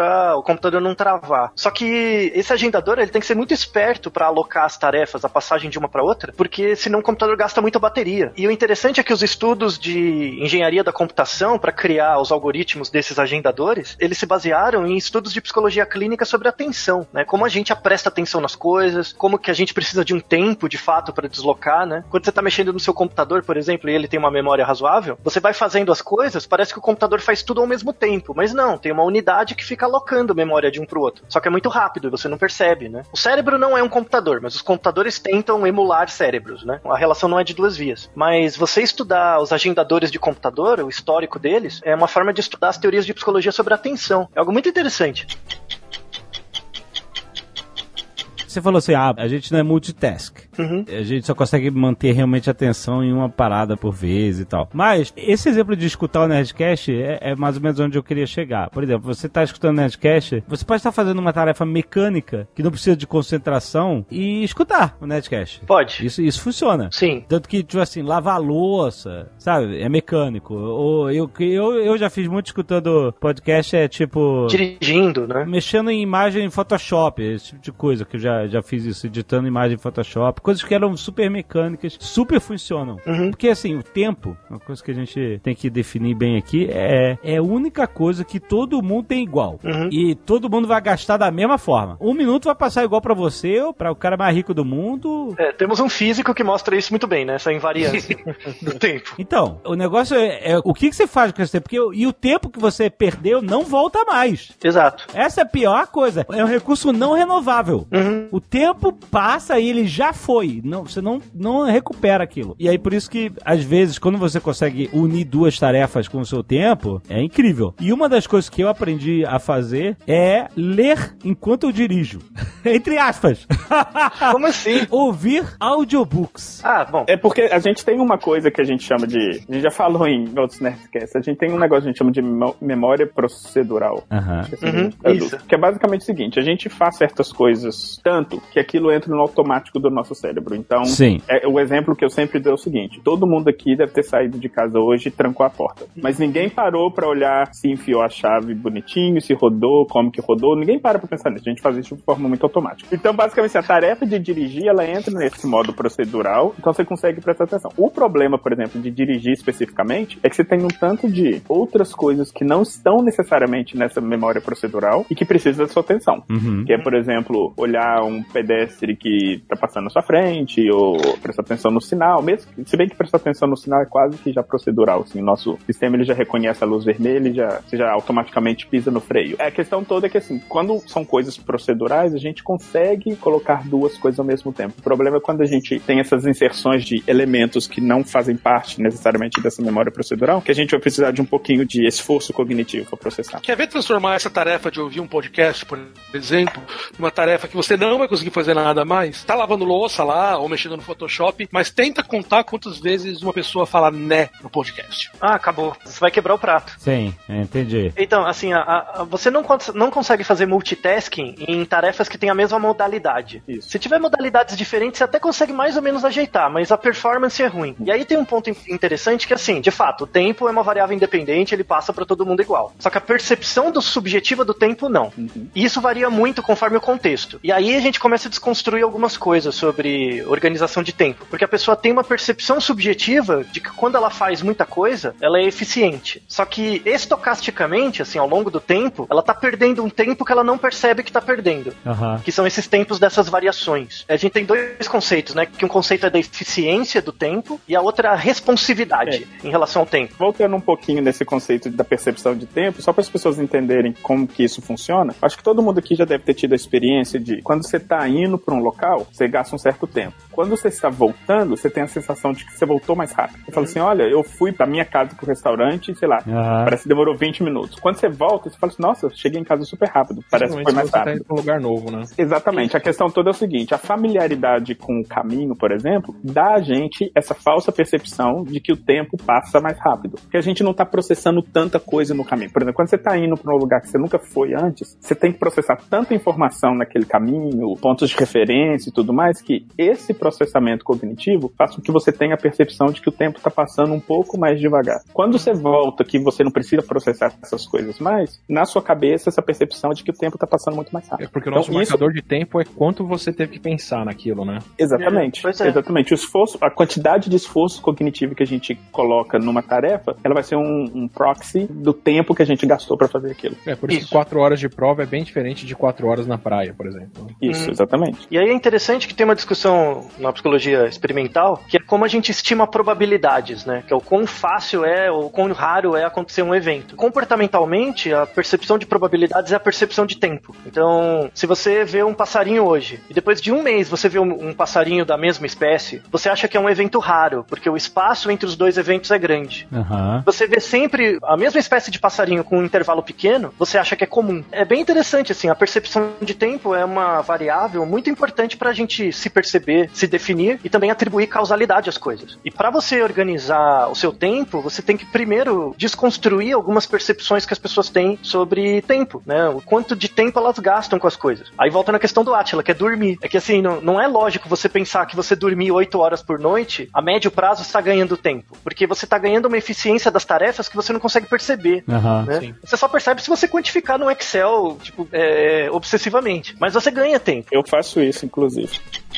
computador não travar. Só que esse agendador, ele tem que ser muito esperto para alocar as tarefas, a passagem de uma para outra, porque senão o computador gasta muita bateria. E o interessante é que os estudos de engenharia da computação para criar os algoritmos desses agendadores, eles se basearam em estudos de psicologia clínica sobre atenção, né? Como a gente presta atenção nas coisas, como que a gente precisa de um tempo, de fato, para deslocar, né? Quando você está mexendo no seu computador, por exemplo, e ele tem uma memória razoável, você vai fazendo as coisas, parece que o computador faz tudo ao mesmo tempo, mas não, tem uma unidade que fica alocando memória de um pro outro. Só que é muito rápido e você não percebe, né? O cérebro não é um computador, mas os computadores tentam emular cérebros, né? A relação não é de duas vias. Mas você estudar os agendadores de computador, o histórico deles, é uma forma de estudar as teorias de psicologia sobre a atenção. É algo muito interessante. Você falou assim, ah, a gente não é multitask. Uhum. A gente só consegue manter realmente a atenção em uma parada por vez e tal. Mas esse exemplo de escutar o Nerdcast é, é mais ou menos onde eu queria chegar. Por exemplo, você está escutando o Nerdcast, você pode estar fazendo uma tarefa mecânica que não precisa de concentração e escutar o Nerdcast. Pode. Isso, isso funciona. Sim. Tanto que, tipo assim, lavar a louça, sabe? É mecânico. Ou eu, eu, eu já fiz muito escutando podcast, é tipo... dirigindo, né? Mexendo em imagem em Photoshop, esse tipo de coisa, que eu já, já fiz isso, editando imagem em Photoshop. Coisas que eram super mecânicas, super funcionam. Uhum. Porque, assim, o tempo, uma coisa que a gente tem que definir bem aqui, é, é a única coisa que todo mundo tem igual. Uhum. E todo mundo vai gastar da mesma forma. Um minuto vai passar igual pra você ou pra o cara mais rico do mundo. É, temos um físico que mostra isso muito bem, né? Essa invariância do tempo. Então, o negócio é, é o que, que você faz com esse tempo? Porque, e o tempo que você perdeu não volta mais. Exato. Essa é a pior coisa. É um recurso não renovável. Uhum. O tempo passa e ele já foi. Não, você não, não recupera aquilo. E aí, por isso que, às vezes, quando você consegue unir duas tarefas com o seu tempo, é incrível. E uma das coisas que eu aprendi a fazer é ler enquanto eu dirijo. Entre aspas. Como assim? Ouvir audiobooks. Ah, bom. É porque a gente tem uma coisa que a gente chama de... A gente já falou em outros Nerdcasts. A gente tem um negócio que a gente chama de memória procedural. Aham. Uhum, isso. Que é basicamente o seguinte. A gente faz certas coisas tanto que aquilo entra no automático do nosso cérebro. Então, Sim. É, o exemplo que eu sempre dou é o seguinte. Todo mundo aqui deve ter saído de casa hoje e trancou a porta. Mas ninguém parou pra olhar se enfiou a chave bonitinho, se rodou, como que rodou. Ninguém para pra pensar nisso. A gente faz isso de forma muito automática. Então, basicamente, a tarefa de dirigir, ela entra nesse modo procedural. Então, você consegue prestar atenção. O problema, por exemplo, de dirigir especificamente, é que você tem um tanto de outras coisas que não estão necessariamente nessa memória procedural e que precisa da sua atenção. Uhum. Que é, por exemplo, olhar um pedestre que tá passando na sua frente, ou prestar atenção no sinal, mesmo que, se bem que prestar atenção no sinal é quase que já procedural, assim, o nosso sistema ele já reconhece a luz vermelha e já, você já automaticamente pisa no freio. A questão toda é que, assim, quando são coisas procedurais, a gente consegue colocar duas coisas ao mesmo tempo. O problema é quando a gente tem essas inserções de elementos que não fazem parte necessariamente dessa memória procedural, que a gente vai precisar de um pouquinho de esforço cognitivo para processar. Quer ver transformar essa tarefa de ouvir um podcast, por exemplo, numa tarefa que você não vai conseguir fazer nada mais? Tá lavando louça lá, ou mexendo no Photoshop, mas tenta contar quantas vezes uma pessoa fala né no podcast. Ah, acabou. Você vai quebrar o prato. Sim, entendi. Então, assim, a, a, você não, não consegue fazer multitasking em tarefas que têm a mesma modalidade. Isso. Se tiver modalidades diferentes, você até consegue mais ou menos ajeitar, mas a performance é ruim. E aí tem um ponto interessante que, assim, de fato, o tempo é uma variável independente, ele passa pra todo mundo igual. Só que a percepção do subjetiva do tempo, não. Uhum. E isso varia muito conforme o contexto. E aí a gente começa a desconstruir algumas coisas sobre organização de tempo. Porque a pessoa tem uma percepção subjetiva de que quando ela faz muita coisa, ela é eficiente. Só que estocasticamente, assim, ao longo do tempo, ela tá perdendo um tempo que ela não percebe que tá perdendo. Uhum. Que são esses tempos dessas variações. A gente tem dois conceitos, né? Que um conceito é da eficiência do tempo e a outra é a responsividade é. em relação ao tempo. Voltando um pouquinho nesse conceito da percepção de tempo, só para as pessoas entenderem como que isso funciona, acho que todo mundo aqui já deve ter tido a experiência de quando você tá indo para um local, você gasta um certo tempo. Quando você está voltando, você tem a sensação de que você voltou mais rápido. Você uhum. fala assim, olha, eu fui da minha casa pro restaurante, sei lá, uhum. parece que demorou vinte minutos. Quando você volta, você fala assim, nossa, eu cheguei em casa super rápido. Parece que foi mais rápido. Você tá indo pra um lugar novo, né? Exatamente. A questão toda é o seguinte, a familiaridade com o caminho, por exemplo, dá a gente essa falsa percepção de que o tempo passa mais rápido. Porque a gente não tá processando tanta coisa no caminho. Por exemplo, quando você tá indo pra um lugar que você nunca foi antes, você tem que processar tanta informação naquele caminho, raciocínio, pontos de referência e tudo mais, que esse processamento cognitivo faz com que você tenha a percepção de que o tempo está passando um pouco mais devagar. Quando você volta que você não precisa processar essas coisas mais, na sua cabeça essa percepção de que o tempo está passando muito mais rápido. É porque o nosso então, marcador isso... de tempo é quanto você teve que pensar naquilo, né? Exatamente. É, é. Exatamente. O esforço, a quantidade de esforço cognitivo que a gente coloca numa tarefa, ela vai ser um, um proxy do tempo que a gente gastou para fazer aquilo. É, por isso, isso que quatro horas de prova é bem diferente de quatro horas na praia, por exemplo. Isso, hum. exatamente. E aí é interessante que tem uma discussão na psicologia experimental, que é como a gente estima probabilidades, né? Que é o quão fácil é, ou quão raro é acontecer um evento. Comportamentalmente, a percepção de probabilidades é a percepção de tempo. Então, se você vê um passarinho hoje, e depois de um mês você vê um, um passarinho da mesma espécie, você acha que é um evento raro, porque o espaço entre os dois eventos é grande. Uhum. Você vê sempre a mesma espécie de passarinho com um intervalo pequeno, você acha que é comum. É bem interessante, assim, a percepção de tempo é uma variável muito importante pra gente se perceber, se definir e também atribuir causalidade às coisas. E pra você organizar o seu tempo, você tem que primeiro desconstruir algumas percepções que as pessoas têm sobre tempo, né? O quanto de tempo elas gastam com as coisas. Aí volta na questão do Átila, que é dormir. É que assim, não, não é lógico você pensar que você dormir oito horas por noite, a médio prazo está ganhando tempo. Porque você está ganhando uma eficiência das tarefas que você não consegue perceber. Uhum, né? Você só percebe se você quantificar no Excel, tipo, é, obsessivamente. Mas você ganha tempo. Eu faço isso, inclusive.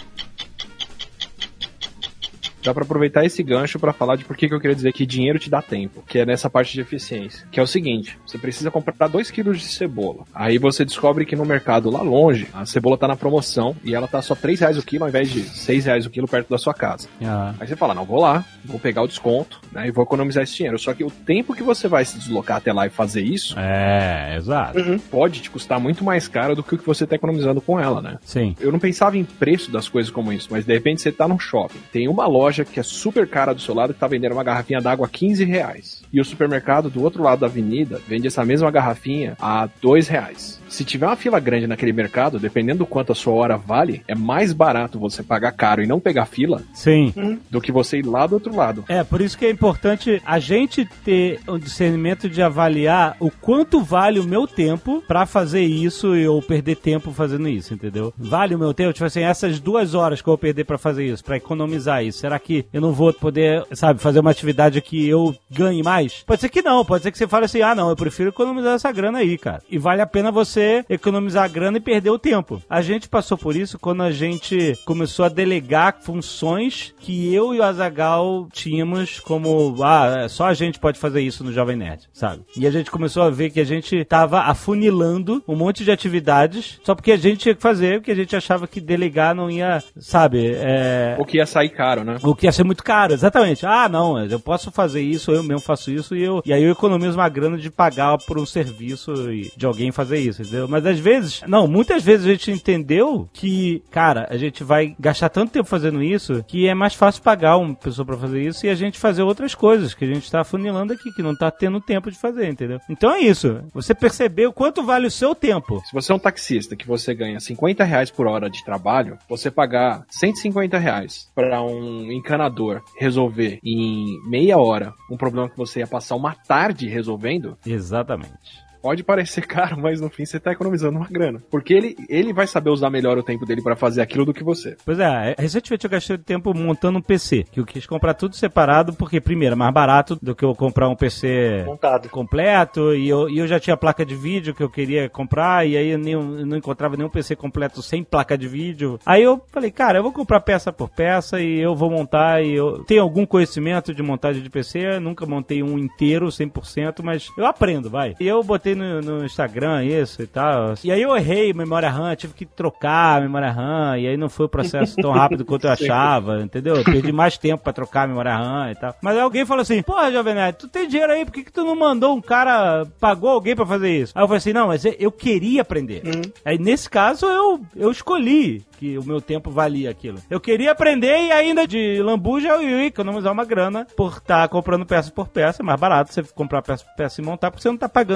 Dá pra aproveitar esse gancho pra falar de por que que eu queria dizer que dinheiro te dá tempo, que é nessa parte de eficiência. Que é o seguinte, você precisa comprar dois quilos de cebola. Aí você descobre que no mercado lá longe, a cebola tá na promoção e ela tá só três reais o quilo ao invés de seis reais o quilo perto da sua casa. Uhum. Aí você fala, não, vou lá, vou pegar o desconto, né, e vou economizar esse dinheiro. Só que o tempo que você vai se deslocar até lá e fazer isso... É, exato. Uhum. Pode te custar muito mais caro do que o que você tá economizando com ela, né? Sim. Eu não pensava em preço das coisas como isso, mas de repente você tá num shopping, tem uma loja que é super cara do seu lado que tá vendendo uma garrafinha d'água a quinze reais. E o supermercado do outro lado da avenida vende essa mesma garrafinha a dois reais. Se tiver uma fila grande naquele mercado, dependendo do quanto a sua hora vale, é mais barato você pagar caro e não pegar fila Sim. do que você ir lá do outro lado. É, por isso que é importante a gente ter o discernimento de avaliar o quanto vale o meu tempo pra fazer isso e ou perder tempo fazendo isso, entendeu? Vale o meu tempo? Tipo assim, essas duas horas que eu vou perder pra fazer isso, pra economizar isso, será que eu não vou poder, sabe, fazer uma atividade que eu ganhe mais? Pode ser que não, pode ser que você fale assim, ah não, eu prefiro economizar essa grana aí, cara. E vale a pena você economizar a grana e perder o tempo. A gente passou por isso quando a gente começou a delegar funções que eu e o Azaghal tínhamos como, ah, só a gente pode fazer isso no Jovem Nerd, sabe? E a gente começou a ver que a gente tava afunilando um monte de atividades só porque a gente tinha que fazer, porque a gente achava que delegar não ia, sabe, é... O que ia sair caro, né? O que ia ser muito caro, exatamente. Ah, não, eu posso fazer isso, eu mesmo faço isso e, eu, e aí eu economizo uma grana de pagar por um serviço e de alguém fazer isso, entendeu? Mas às vezes, não, muitas vezes a gente entendeu que, cara, a gente vai gastar tanto tempo fazendo isso que é mais fácil pagar uma pessoa pra fazer isso e a gente fazer outras coisas que a gente tá afunilando aqui, que não tá tendo tempo de fazer, entendeu? Então é isso. Você percebeu quanto vale o seu tempo. Se você é um taxista que você ganha cinquenta reais por hora de trabalho, você pagar cento e cinquenta reais para um encanador resolver em meia hora um problema que você ia passar uma tarde resolvendo... Exatamente. Pode parecer caro, mas no fim você tá economizando uma grana. Porque ele, ele vai saber usar melhor o tempo dele pra fazer aquilo do que você. Pois é, recentemente eu gastei tempo montando um P C, que eu quis comprar tudo separado, porque primeiro é mais barato do que eu comprar um P C montado completo, e eu, e eu já tinha placa de vídeo que eu queria comprar, e aí eu, nem, eu não encontrava nenhum P C completo sem placa de vídeo. Aí eu falei, cara, eu vou comprar peça por peça e eu vou montar, e eu tenho algum conhecimento de montagem de P C, eu nunca montei um inteiro, cem por cento, mas eu aprendo, vai. E eu botei No, no Instagram, isso e tal. E aí eu errei memória RAM, tive que trocar a memória RAM, e aí não foi o processo tão rápido quanto eu achava, entendeu? Eu perdi mais tempo pra trocar a memória RAM e tal. Mas aí alguém falou assim, porra, Jovem Nerd, tu tem dinheiro aí, por que que tu não mandou um cara, pagou alguém pra fazer isso? Aí eu falei assim, não, mas eu queria aprender. Uhum. Aí nesse caso eu, eu escolhi que o meu tempo valia aquilo. Eu queria aprender e ainda de lambuja eu ia economizar uma grana por estar tá comprando peça por peça, é mais barato você comprar peça por peça e montar, porque você não tá pagando ninguém pra fazer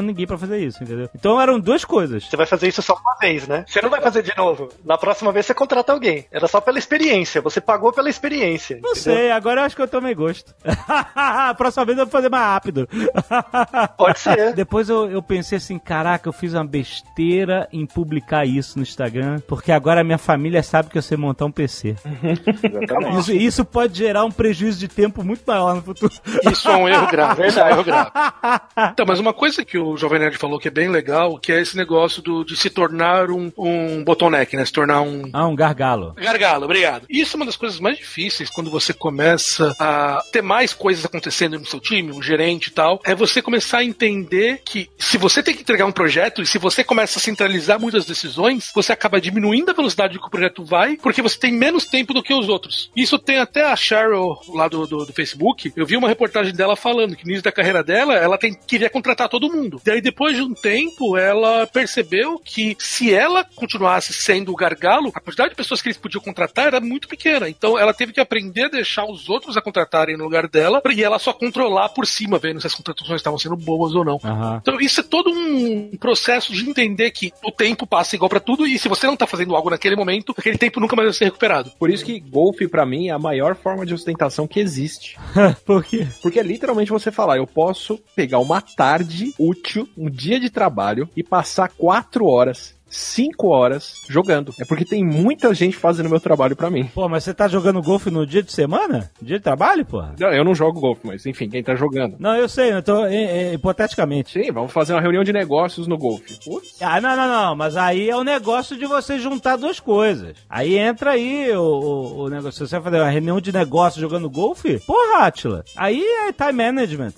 fazer isso, entendeu? Então eram duas coisas. Você vai fazer isso só uma vez, né? Você não vai fazer de novo. Na próxima vez você contrata alguém. Era só pela experiência. Você pagou pela experiência. Não entendeu? sei, agora eu acho que eu tomei gosto. A próxima vez eu vou fazer mais rápido. Pode ser. Depois eu, eu pensei assim, caraca, eu fiz uma besteira em publicar isso no Instagram, porque agora a minha família sabe que eu sei montar um P C. Isso, isso pode gerar um prejuízo de tempo muito maior no futuro. Isso é um erro grave, isso é um erro grave. Então, mas uma coisa que o Jovem Nerd falou que é bem legal, que é esse negócio do, de se tornar um, um bottleneck, né? Se tornar um... Ah, um gargalo. Gargalo, obrigado. Isso é uma das coisas mais difíceis quando você começa a ter mais coisas acontecendo no seu time, um gerente e tal, é você começar a entender que se você tem que entregar um projeto e se você começa a centralizar muitas decisões, você acaba diminuindo a velocidade que o projeto vai, porque você tem menos tempo do que os outros. Isso tem até a Cheryl lá do, do, do Facebook, eu vi uma reportagem dela falando que no início da carreira dela, ela tem, queria contratar todo mundo. E aí depois de um tempo, ela percebeu que se ela continuasse sendo o gargalo, a quantidade de pessoas que eles podiam contratar era muito pequena. Então ela teve que aprender a deixar os outros a contratarem no lugar dela, e ela só controlar por cima, vendo se as contratações estavam sendo boas ou não. Uhum. Então isso é todo um processo de entender que o tempo passa igual pra tudo, e se você não tá fazendo algo naquele momento, aquele tempo nunca mais vai ser recuperado. Por isso que golfe, pra mim, é a maior forma de ostentação que existe. Por quê? Porque é literalmente você falar, eu posso pegar uma tarde útil, um dia de trabalho, e passar quatro horas cinco horas jogando. É porque tem muita gente fazendo meu trabalho pra mim. Pô, mas você tá jogando golfe no dia de semana? Dia de trabalho, porra? Não, eu não jogo golfe, mas enfim, quem tá jogando. Não, eu sei, eu tô é, é, hipoteticamente. Sim, vamos fazer uma reunião de negócios no golfe. Putz. Ah, não, não, não, mas aí é o negócio de você juntar duas coisas. Aí entra aí o, o, o negócio. Se você vai fazer uma reunião de negócios jogando golfe, porra, Átila, aí é time management.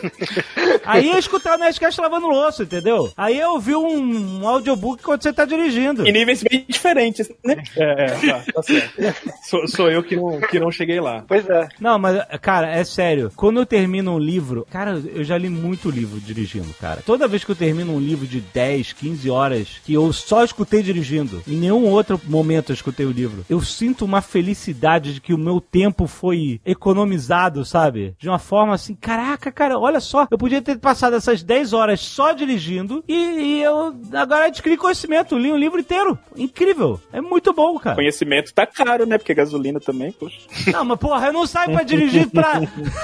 Aí é escutar o Nerdcast lavando louça, entendeu? Aí é ouvir um, um audiobook quando você tá dirigindo. Em níveis bem diferentes, né? É, é, tá, tá certo. Sou, sou eu que não, que não cheguei lá. Pois é. Não, mas, cara, é sério. Quando eu termino um livro... Cara, eu já li muito livro dirigindo, cara. Toda vez que eu termino um livro de dez, quinze horas, que eu só escutei dirigindo, em nenhum outro momento eu escutei o livro, eu sinto uma felicidade de que o meu tempo foi economizado, sabe? De uma forma assim, caraca, cara, olha só, eu podia ter passado essas dez horas só dirigindo e, e eu agora adquiri conhecimento. Li um livro inteiro. Incrível. É muito bom, cara. Conhecimento tá caro, né? Porque gasolina também, poxa. Não, mas porra, eu não saio pra dirigir pra...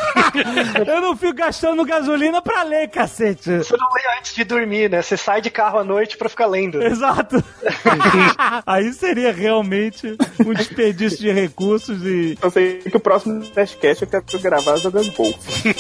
eu não fico gastando gasolina pra ler, cacete. Você não lê antes de dormir, né? Você sai de carro à noite pra ficar lendo. Exato. Aí seria realmente um desperdício de recursos e... Eu sei que o próximo Nerdcast eu quero gravar jogando golfe.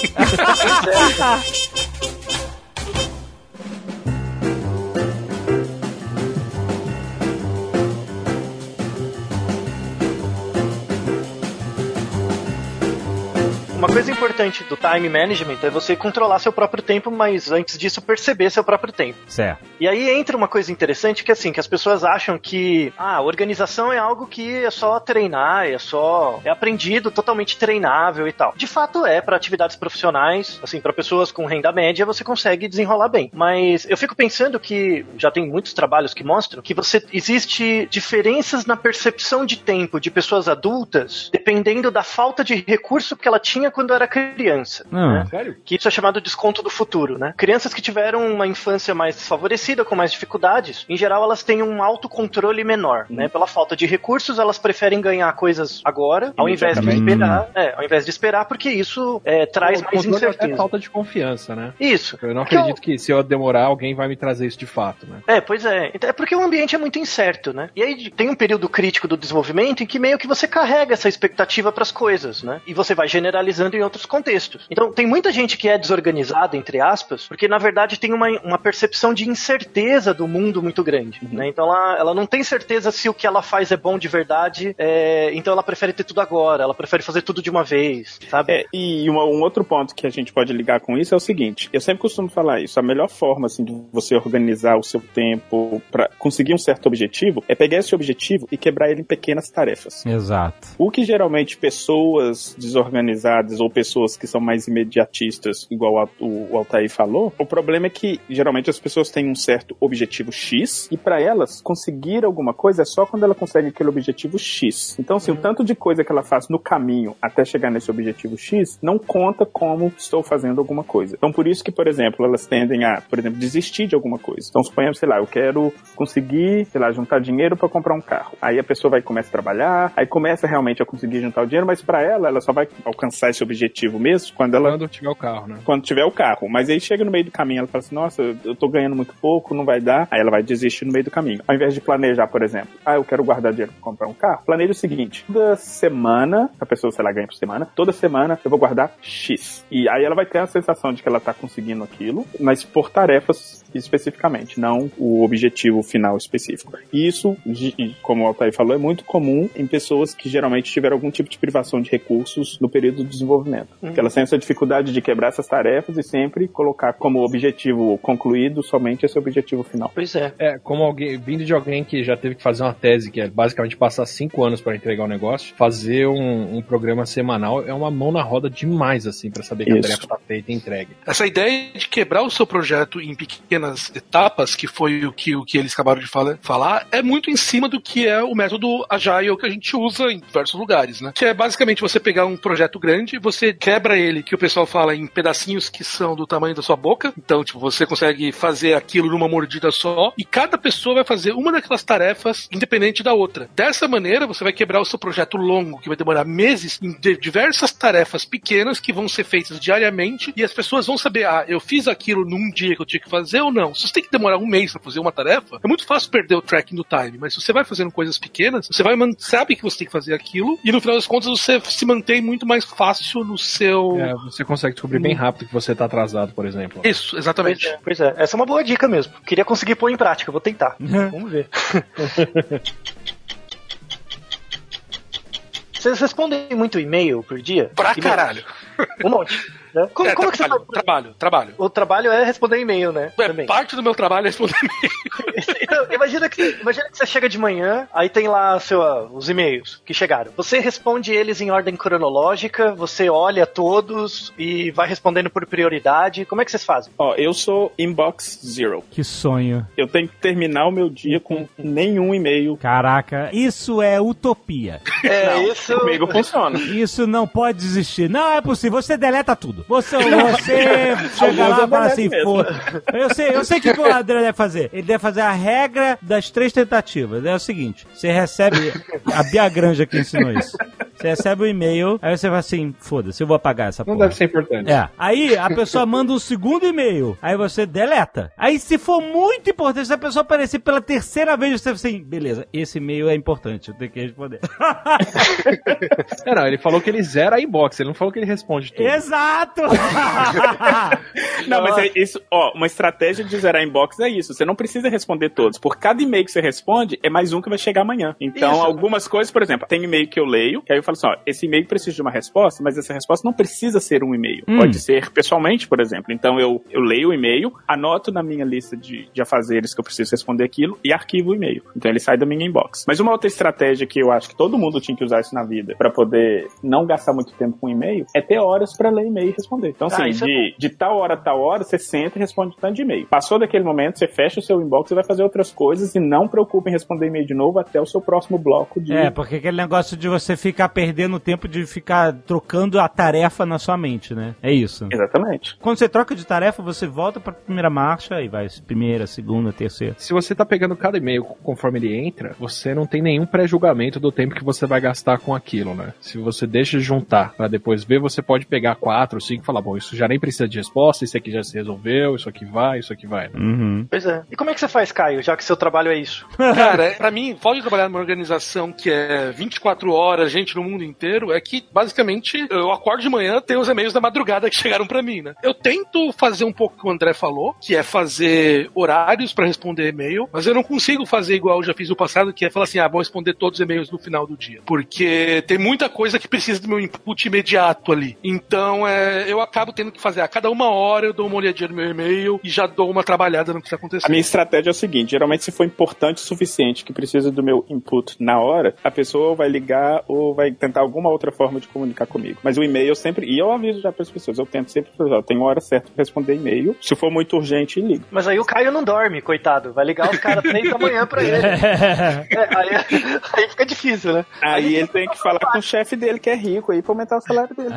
Uma coisa importante do time management é você controlar seu próprio tempo, mas antes disso perceber seu próprio tempo. Certo. E aí entra uma coisa interessante que assim, que as pessoas acham que ah, organização é algo que é só treinar, é só é aprendido, totalmente treinável e tal. De fato é, para atividades profissionais, assim, para pessoas com renda média, você consegue desenrolar bem. Mas eu fico pensando que já tem muitos trabalhos que mostram que você existe diferenças na percepção de tempo de pessoas adultas, dependendo da falta de recurso que ela tinha quando era criança. Ah, né? Sério? Que isso é chamado desconto do futuro, né? Crianças que tiveram uma infância mais favorecida, com mais dificuldades, em geral elas têm um autocontrole menor, hum. né? Pela falta de recursos, elas preferem ganhar coisas agora, ao invés de esperar, hum. é, ao invés de esperar, porque isso é, traz mais incerteza. É falta de confiança, né? Isso. Eu não porque acredito eu... que se eu demorar, alguém vai me trazer isso de fato, né? É, pois é. É porque o ambiente é muito incerto, né? E aí tem um período crítico do desenvolvimento em que meio que você carrega essa expectativa pras coisas, né? E você vai generalizando em outros contextos. Então, tem muita gente que é desorganizada, entre aspas, porque, na verdade, tem uma, uma percepção de incerteza do mundo muito grande, uhum. né? Então, ela, ela não tem certeza se o que ela faz é bom de verdade, é, então ela prefere ter tudo agora, ela prefere fazer tudo de uma vez, sabe? É, e uma, um outro ponto que a gente pode ligar com isso é o seguinte, eu sempre costumo falar isso, a melhor forma, assim, de você organizar o seu tempo para conseguir um certo objetivo é pegar esse objetivo e quebrar ele em pequenas tarefas. Exato. O que geralmente pessoas desorganizadas ou pessoas pessoas que são mais imediatistas, igual o, o Altair falou, o problema é que, geralmente, as pessoas têm um certo objetivo X, e para elas, conseguir alguma coisa é só quando ela consegue aquele objetivo X. Então, assim, uhum. o tanto de coisa que ela faz no caminho até chegar nesse objetivo X, não conta como estou fazendo alguma coisa. Então, por isso que, por exemplo, elas tendem a, por exemplo, desistir de alguma coisa. Então, suponhamos, sei lá, eu quero conseguir, sei lá, juntar dinheiro para comprar um carro. Aí a pessoa vai começar a trabalhar, aí começa realmente a conseguir juntar o dinheiro, mas para ela, ela só vai alcançar esse objetivo mesmo quando ela... Quando tiver o carro, né? Quando tiver o carro. Mas aí chega no meio do caminho, ela fala assim, nossa, eu tô ganhando muito pouco, não vai dar. Aí ela vai desistir no meio do caminho. Ao invés de planejar, por exemplo, ah, eu quero guardar dinheiro para comprar um carro, planeje o seguinte, toda semana, a pessoa, sei lá, ganha por semana, toda semana eu vou guardar X. E aí ela vai ter a sensação de que ela tá conseguindo aquilo, mas por tarefas especificamente, não o objetivo final específico. E isso, como o Altair falou, é muito comum em pessoas que geralmente tiveram algum tipo de privação de recursos no período do desenvolvimento. Uhum. Porque elas têm essa dificuldade de quebrar essas tarefas e sempre colocar como objetivo concluído somente esse objetivo final. Pois é. É, como alguém, vindo de alguém que já teve que fazer uma tese, que é basicamente passar cinco anos para entregar um negócio, fazer um, um programa semanal é uma mão na roda demais, assim, para saber que isso. A tarefa tá feita e entregue. Essa ideia de quebrar o seu projeto em pequenas etapas, que foi o que, o que eles acabaram de fala, falar, é muito em cima do que é o método Agile que a gente usa em diversos lugares, né? Que é basicamente você pegar um projeto grande, você quebra ele, que o pessoal fala em pedacinhos que são do tamanho da sua boca, então, tipo, você consegue fazer aquilo numa mordida só, e cada pessoa vai fazer uma daquelas tarefas independente da outra. Dessa maneira, você vai quebrar o seu projeto longo, que vai demorar meses, em diversas tarefas pequenas que vão ser feitas diariamente, e as pessoas vão saber, ah, eu fiz aquilo num dia que eu tinha que fazer ou não. Se você tem que demorar um mês pra fazer uma tarefa, é muito fácil perder o tracking do time, mas se você vai fazendo coisas pequenas, você vai sabe que você tem que fazer aquilo, e no final das contas você se mantém muito mais fácil no seu... É, você consegue descobrir bem rápido que você tá atrasado, por exemplo. Isso, exatamente. Pois é, pois é. Essa é uma boa dica mesmo. Queria conseguir pôr em prática, vou tentar. Vamos ver. Vocês respondem muito e-mail por dia? Pra caralho. Um monte. Né? Como, é, como trabalho, que você trabalho, trabalho. O trabalho é responder e-mail, né? É, também. Parte do meu trabalho é responder e-mail. Então, imagina que, você, imagina que você chega de manhã, aí tem lá seu, os e-mails que chegaram. Você responde eles em ordem cronológica, você olha todos e vai respondendo por prioridade. Como é que vocês fazem? Ó, eu sou inbox zero. Que sonho. Eu tenho que terminar o meu dia com nenhum e-mail. Caraca, isso é utopia. É, não, isso... Comigo funciona. Isso não pode existir. Não é possível. Você deleta tudo. Você, você chega lá e fala assim, foda. Eu sei, eu sei o que o André deve fazer. Ele deve fazer a regra das três tentativas. É o seguinte, você recebe... A Bia Granja que ensinou isso. Você recebe o um e-mail, aí você fala assim, foda-se, eu vou apagar essa porra. Não deve ser importante. É. Aí a pessoa manda um segundo e-mail, aí você deleta. Aí se for muito importante, se a pessoa aparecer pela terceira vez, você fala assim, beleza, esse e-mail é importante, eu tenho que responder. É, não, ele falou que ele zera a inbox, ele não falou que ele responde tudo. Exato! Não, mas é isso, ó, uma estratégia de zerar inbox é isso, você não precisa responder todos, por cada e-mail que você responde, é mais um que vai chegar amanhã. Então, isso. Algumas coisas, por exemplo, tem e-mail que eu leio, que aí eu falo assim, ó, esse e-mail precisa de uma resposta, mas essa resposta não precisa ser um e-mail, hum. pode ser pessoalmente, por exemplo. Então, eu, eu leio o e-mail, anoto na minha lista de, de afazeres que eu preciso responder aquilo e arquivo o e-mail. Então, ele sai da minha inbox. Mas uma outra estratégia que eu acho que todo mundo tinha que usar isso na vida, pra poder não gastar muito tempo com e-mail, é ter horas pra ler e-mail e responder. Então, assim, ah, de, é de tal hora a tal hora, você senta e responde tanto de e-mail. Passou daquele momento, você fecha o seu inbox e vai fazer outras coisas e não preocupe em responder e-mail de novo até o seu próximo bloco de... É, porque aquele negócio de você ficar perdendo tempo de ficar trocando a tarefa na sua mente, né? É isso. Exatamente. Quando você troca de tarefa, você volta pra primeira marcha e vai primeira, segunda, terceira. Se você tá pegando cada e-mail conforme ele entra, você não tem nenhum pré-julgamento do tempo que você vai gastar com aquilo, né? Se você deixa de juntar pra depois ver, você pode pegar quatro, cinco e falar, bom, isso já nem precisa de resposta, isso aqui já se resolveu, isso aqui vai, isso aqui vai. Né? Uhum. Pois é. E como é que você faz, Caio, já que seu trabalho é isso? Cara, pra mim, pode trabalhar numa organização que é vinte e quatro horas, gente no mundo inteiro, é que, basicamente, eu acordo de manhã, tem os e-mails da madrugada que chegaram pra mim, né? Eu tento fazer um pouco o que o André falou, que é fazer horários pra responder e-mail, mas eu não consigo fazer igual eu já fiz no passado, que é falar assim, ah, vou responder todos os e-mails no final do dia. Porque tem muita coisa que precisa do meu input imediato ali. Então, é, eu acabo tendo que fazer, a cada uma hora eu dou uma olhadinha no meu e-mail e já dou uma trabalhada no que está acontecendo. A minha estratégia é o seguinte, geralmente se for importante o suficiente que precisa do meu input na hora, a pessoa vai ligar ou vai tentar alguma outra forma de comunicar comigo. Mas o e-mail eu sempre, e eu aviso já para as pessoas, eu tento sempre, eu tenho hora certa para responder e-mail. Se for muito urgente, ligo. Mas aí o Caio não dorme, coitado. Vai ligar os caras três da manhã pra ele. É, aí, aí fica difícil, né? Aí, aí ele tem que falar com o chefe dele, que é rico, aí pra aumentar o salário dele.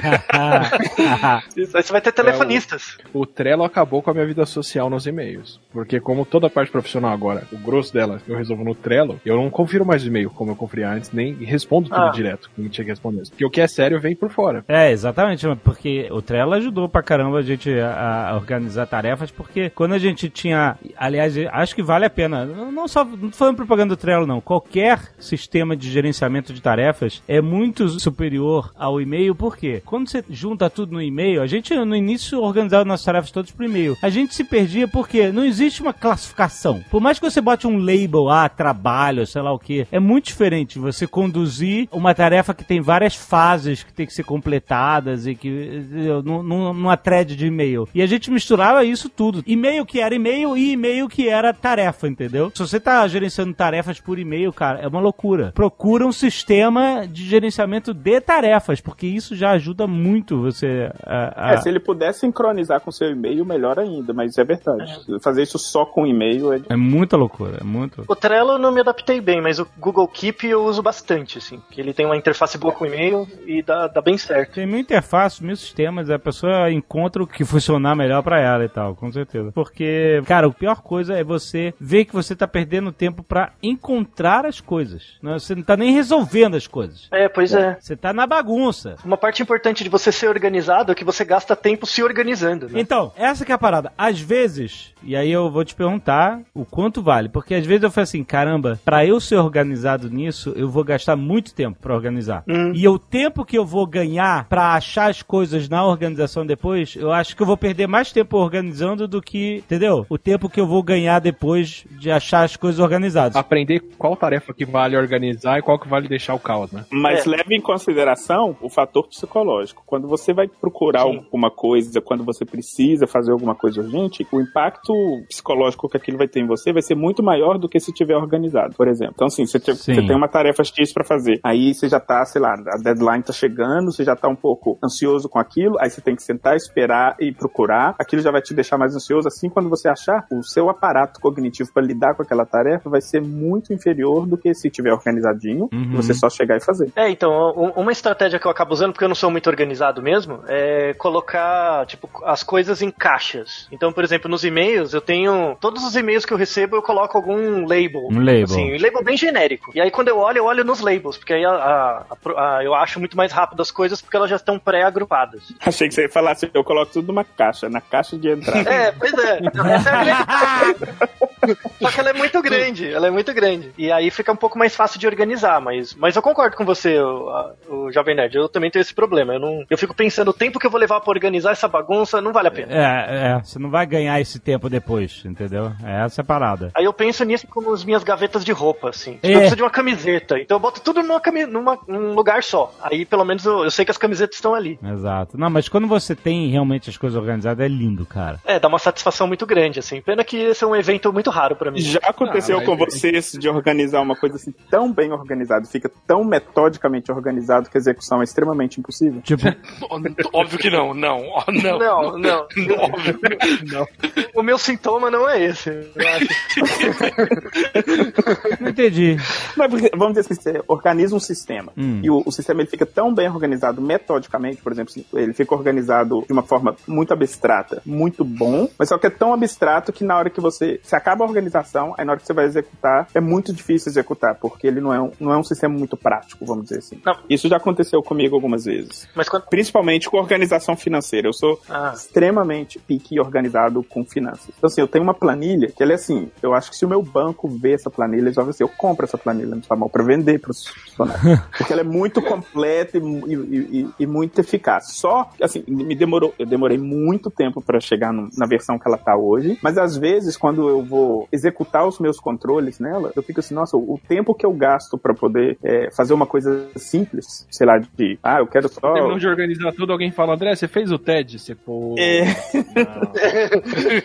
Isso, aí você vai ter telefonistas. É, o, o Trello acabou com a minha vida social nos e-mails. Porque como toda a parte profissional agora, o grosso dela eu resolvo no Trello, eu não confiro mais o e-mail como eu conferia antes, nem respondo tudo ah. direto, como tinha que responder. Porque o que é sério vem por fora. É, exatamente, porque o Trello ajudou pra caramba a gente a, a organizar tarefas, porque quando a gente tinha, aliás, acho que vale a pena, não só, não tô falando propaganda do Trello não, qualquer sistema de gerenciamento de tarefas é muito superior ao e-mail, por quê? Quando você junta tudo no e-mail, a gente no início organizava nossas tarefas todas por e-mail, a gente se perdia porque não existe uma classificação, por mais que você bote um label, ah, trabalho, sei lá o que, é muito diferente você conduzir uma tarefa que tem várias fases que tem que ser completadas e que numa thread de e-mail, e a gente misturava isso tudo, e-mail que era e-mail e e-mail que era tarefa, entendeu? Se você tá gerenciando tarefas por e-mail, cara, é uma loucura. Procura um sistema de gerenciamento de tarefas, porque isso já ajuda muito você a... a... É, se ele puder sincronizar com o seu e-mail, melhor ainda, mas é verdade. É. Fazer isso só com e-mail é... É muita loucura, é muito... O Trello eu não me adaptei bem, mas o Google Keep eu uso bastante, assim, que ele tem uma interface boa com e-mail e dá, dá bem certo. Tem mil interfaces, mil sistemas, a pessoa encontra o que funcionar melhor pra ela e tal, com certeza. Porque, cara, a pior coisa é você ver que você tá perdendo tempo pra encontrar as coisas. Né? Você não tá nem resolvendo as coisas. É, pois é. Você tá na bagunça. Uma parte importante de você ser organizado é que você gasta tempo se organizando, né? Então, essa que é a parada. Às vezes, e aí eu vou te perguntar o quanto vale, porque às vezes eu falo assim, caramba, pra eu ser organizado nisso, eu vou gastar muito tempo pra organizar. Hum. E o tempo que eu vou ganhar pra achar as coisas na organização depois, eu acho que eu vou perder mais tempo organizando do que, entendeu? O tempo que eu vou ganhar depois de achar as coisas organizadas. Aprender qual tarefa que vale organizar e qual que vale deixar o caos, né? Mas é. leve em consideração o fator psicológico. Quando você vai procurar Sim. alguma coisa, quando você precisa fazer alguma coisa urgente, o impacto psicológico que aquilo vai ter em você vai ser muito maior do que se tiver organizado, por exemplo. Então, assim, você, te, você tem uma tarefa X pra fazer, aí você já tá, sei lá, a deadline tá chegando, você já tá um pouco ansioso com aquilo, aí você tem que sentar, esperar e procurar, aquilo já vai te deixar mais ansioso. Assim, quando você achar, o seu aparato cognitivo para lidar com aquela tarefa vai ser muito inferior do que se tiver organizadinho, uhum. você só chegar e fazer. É, então, uma estratégia que eu acabo usando, porque eu não sou muito organizado mesmo, é colocar, tipo, as coisas em caixas. Então, por exemplo, nos e-mails, eu tenho, todos os e-mails que eu recebo, eu coloco algum label. Um label. Assim, um label bem genérico. E aí, quando eu olho, eu olho nos labels, porque aí a, a, a, a, eu acho muito mais rápido as coisas, porque elas já estão pré-agrupadas. Achei que você ia falar assim, eu coloco tudo numa caixa, na caixa de entrada. É, pois é. Essa é a grande... Só que ela é muito grande, ela é muito grande. E aí fica um pouco mais fácil de organizar, mas, mas eu concordo com você, o, a, o Jovem Nerd, eu também tenho esse problema. Eu, não, eu fico pensando, o tempo que eu vou levar pra organizar essa bagunça não vale a pena. É, é, você não vai ganhar esse tempo depois, entendeu? É essa a parada. Aí eu penso nisso como as minhas gavetas de roupa, assim. Tipo, é. eu preciso de uma camiseta, então eu boto tudo numa, cami- numa, num lugar só. Aí pelo menos eu, eu sei que as camisetas estão ali. Exato. Não, mas quando você tem realmente as coisas organizadas, é lindo, cara. É, dá uma satisfação muito grande, assim. Pena que esse é um evento muito raro pra mim. Já aconteceu ah, com vocês de organizar uma coisa assim tão bem organizada, fica tão metodicamente organizado que a execução é extremamente impossível? Tipo... Óbvio que não, não, não. Não, não. não. Óbvio que não. O meu sintoma não é esse, eu acho. Não entendi. Mas porque, vamos dizer que você organiza um sistema hum. e o, o sistema ele fica tão bem organizado metodicamente, por exemplo, ele fica organizado de uma forma muito abstrata, muito bom, mas só que é tão abstrato que na hora que você, você acaba a organização, aí na hora que você vai executar, é muito difícil executar, porque ele não é um, não é um sistema muito prático, vamos dizer assim. Não. Isso já aconteceu comigo algumas vezes. Mas quando... Principalmente com organização financeira. Eu sou ah. extremamente pique organizado com finanças. Então, assim, eu tenho uma planilha que ela é assim, eu acho que se o meu banco vê essa planilha, eles vão dizer, eu compro essa planilha no sua mão pra vender pros funcionários. Porque ela é muito completa e, e, e, e muito eficaz. Só, assim, me demorou, eu demorei muito tempo pra chegar no, na versão que ela tá hoje, mas às vezes, quando eu vou executar os meus controles nela, eu fico assim, nossa, o, o tempo que eu gasto pra poder é, fazer uma coisa simples, sei lá, de, ah, eu quero só... Terminou de organizar tudo, alguém fala, André, você fez o T E D? Você, pô... É...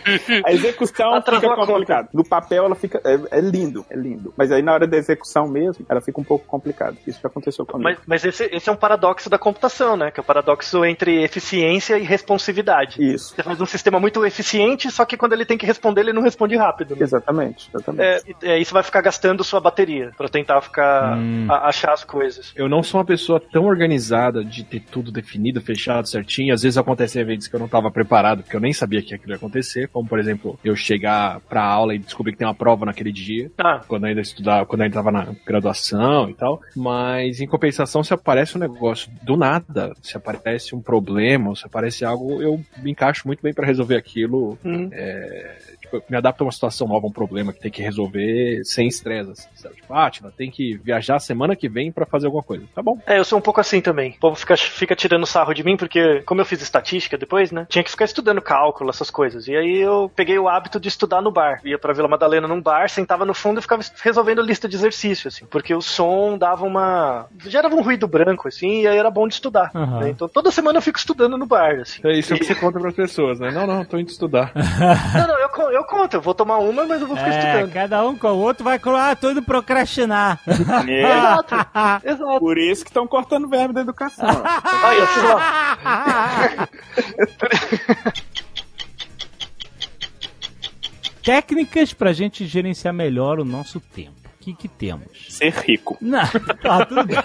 A execução Ela travou fica a complicada. No papel ela fica... É, é lindo, é lindo. Mas aí na hora da execução mesmo, ela fica um pouco complicada. Isso já aconteceu comigo. Mas, mas esse, esse é um paradoxo da computação, né? Que é o paradoxo entre eficiência e responsividade. Isso. Você faz um sistema muito eficiente, só que quando ele tem que responder, ele não responde rápido. Né? Exatamente, exatamente. É, é, isso vai ficar gastando sua bateria pra tentar ficar Hum. a, achar as coisas. Eu não sou uma pessoa tão organizada de ter tudo definido, fechado, certinho. Às vezes acontecem eventos que eu não tava preparado, porque eu nem sabia que aquilo ia acontecer. Como, por exemplo, eu chegar pra aula e descobrir que tem uma prova naquele dia. Ah. Quando eu ainda estudava, quando eu ainda tava na graduação e tal. Mas, em compensação, se aparece um negócio do nada, se aparece um problema, se aparece algo, eu me encaixo muito bem pra resolver aquilo. Uhum. É, tipo, eu me adapto a uma situação nova, um problema que tem que resolver sem estresse, assim, sabe? Tipo, ah, Tina, tem que viajar semana que vem pra fazer alguma coisa. Tá bom. É, eu sou um pouco assim também. O povo fica, fica tirando sarro de mim, porque como eu fiz estatística depois, né, tinha que ficar estudando cálculo, essas coisas. E aí eu peguei o hábito de estudar no bar. Ia pra Vila Madalena num bar, sentava no fundo e ficava resolvendo lista de exercício, assim. Porque o som dava uma... gerava um ruído branco, assim, e aí era bom de estudar. Uhum. Né? Então toda semana eu fico estudando no bar, assim. É isso e... que você conta pras pessoas, né? Não, não, tô indo estudar. Não, não, eu, eu conto. Eu vou tomar uma, mas eu vou ficar É, estudando. cada um com o outro vai falar, ah, tô indo procrastinar. É. Exato, exato. Por isso que estão cortando verbo da educação. Olha só. Técnicas pra gente gerenciar melhor o nosso tempo. O que que temos? Ser rico. Não, tá, tudo bem.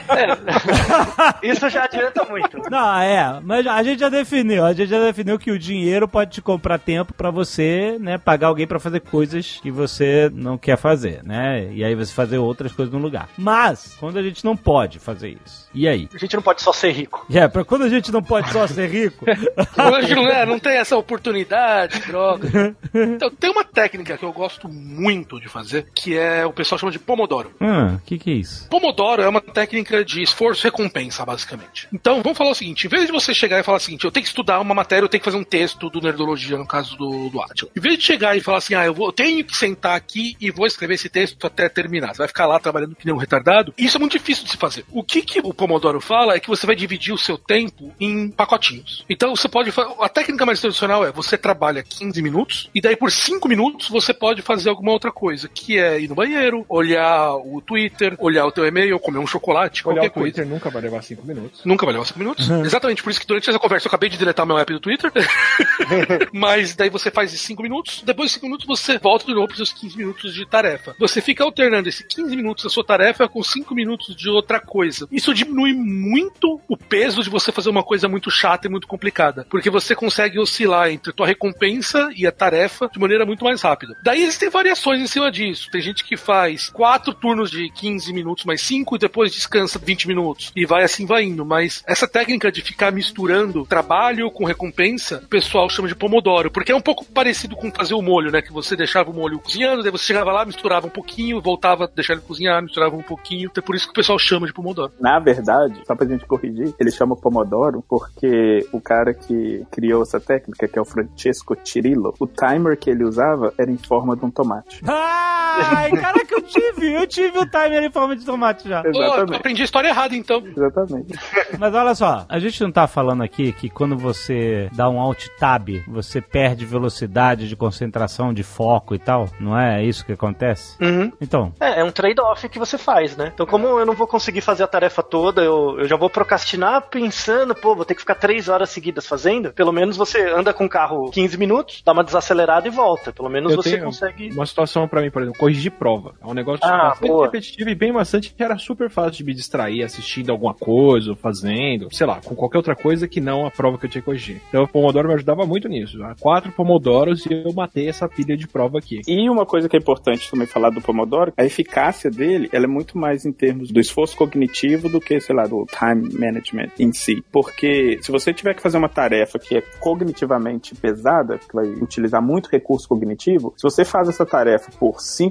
Isso já adianta muito. Não, é, mas a gente já definiu, a gente já definiu que o dinheiro pode te comprar tempo pra você, né, pagar alguém pra fazer coisas que você não quer fazer, né, e aí você fazer outras coisas no lugar. Mas, quando a gente não pode fazer isso, e aí? A gente não pode só ser rico. É, pra quando a gente não pode só ser rico... Hoje não, é, não tem essa oportunidade, droga. Então, tem uma técnica que eu gosto muito de fazer, que é o pessoal chama de Pomodoro. Ah, o que que é isso? Pomodoro é uma técnica de esforço-recompensa, basicamente. Então, vamos falar o seguinte, em vez de você chegar e falar o seguinte, eu tenho que estudar uma matéria, eu tenho que fazer um texto do Nerdologia, no caso do, do Átila. Em vez de chegar e falar assim, ah, eu, vou, eu tenho que sentar aqui e vou escrever esse texto até terminar. Você vai ficar lá trabalhando que nem um retardado. Isso é muito difícil de se fazer. O que, que o Pomodoro fala é que você vai dividir o seu tempo em pacotinhos. Então, você pode... A técnica mais tradicional é, você trabalha quinze minutos e daí por cinco minutos você pode fazer alguma outra coisa, que é ir no banheiro, olhar o Twitter, olhar o teu e-mail, comer um chocolate, Olhar qualquer o Twitter coisa. nunca vai levar cinco minutos. Nunca vai levar cinco minutos. Exatamente, por isso que durante essa conversa eu acabei de deletar meu app do Twitter. Mas daí você faz esses cinco minutos, depois de cinco minutos você volta de novo para os seus quinze minutos de tarefa. Você fica alternando esses quinze minutos da sua tarefa com cinco minutos de outra coisa. Isso diminui muito o peso de você fazer uma coisa muito chata e muito complicada, porque você consegue oscilar entre a tua recompensa e a tarefa de maneira muito mais rápida. Daí existem variações em cima disso. Tem gente que faz quatro turnos de quinze minutos mais cinco e depois descansa vinte minutos. E vai assim, vai indo. Mas essa técnica de ficar misturando trabalho com recompensa, o pessoal chama de Pomodoro, porque é um pouco parecido com fazer o molho, né? Que você deixava o molho cozinhando, daí você chegava lá, misturava um pouquinho, voltava a deixar ele cozinhar, misturava um pouquinho. Então é por isso que o pessoal chama de Pomodoro. Na verdade, só pra gente corrigir, ele chama Pomodoro porque o cara que criou essa técnica, que é o Francesco Cirillo, o timer que ele usava era em forma de um tomate. Ai, caraca, eu tive, eu tive o timer em forma de tomate já. Oh, aprendi a história errada, então. Exatamente. Mas olha só, a gente não tá falando aqui que quando você dá um alt tab, você perde velocidade de concentração, de foco e tal? Não é isso que acontece? Uhum. Então. É, é um trade-off que você faz, né? Então, como eu não vou conseguir fazer a tarefa toda, eu, eu já vou procrastinar pensando, pô, vou ter que ficar três horas seguidas fazendo. Pelo menos você anda com o carro quinze minutos, dá uma desacelerada e volta. Pelo menos Eu você tenho consegue... uma situação pra mim, por exemplo, corrigir prova. É um negócio Ah, bastante boa. repetitivo e bem bastante que era super fácil de me distrair assistindo alguma coisa, ou fazendo, sei lá, com qualquer outra coisa que não a prova que eu tinha que corrigir. Então o Pomodoro me ajudava muito nisso. Há quatro Pomodoros e eu matei essa pilha de prova aqui. E uma coisa que é importante também falar do Pomodoro, a eficácia dele, ela é muito mais em termos do esforço cognitivo do que, sei lá, do time management em si. Porque se você tiver que fazer uma tarefa que é cognitivamente pesada, que vai utilizar muito recurso cognitivo, se você faz essa tarefa por cinco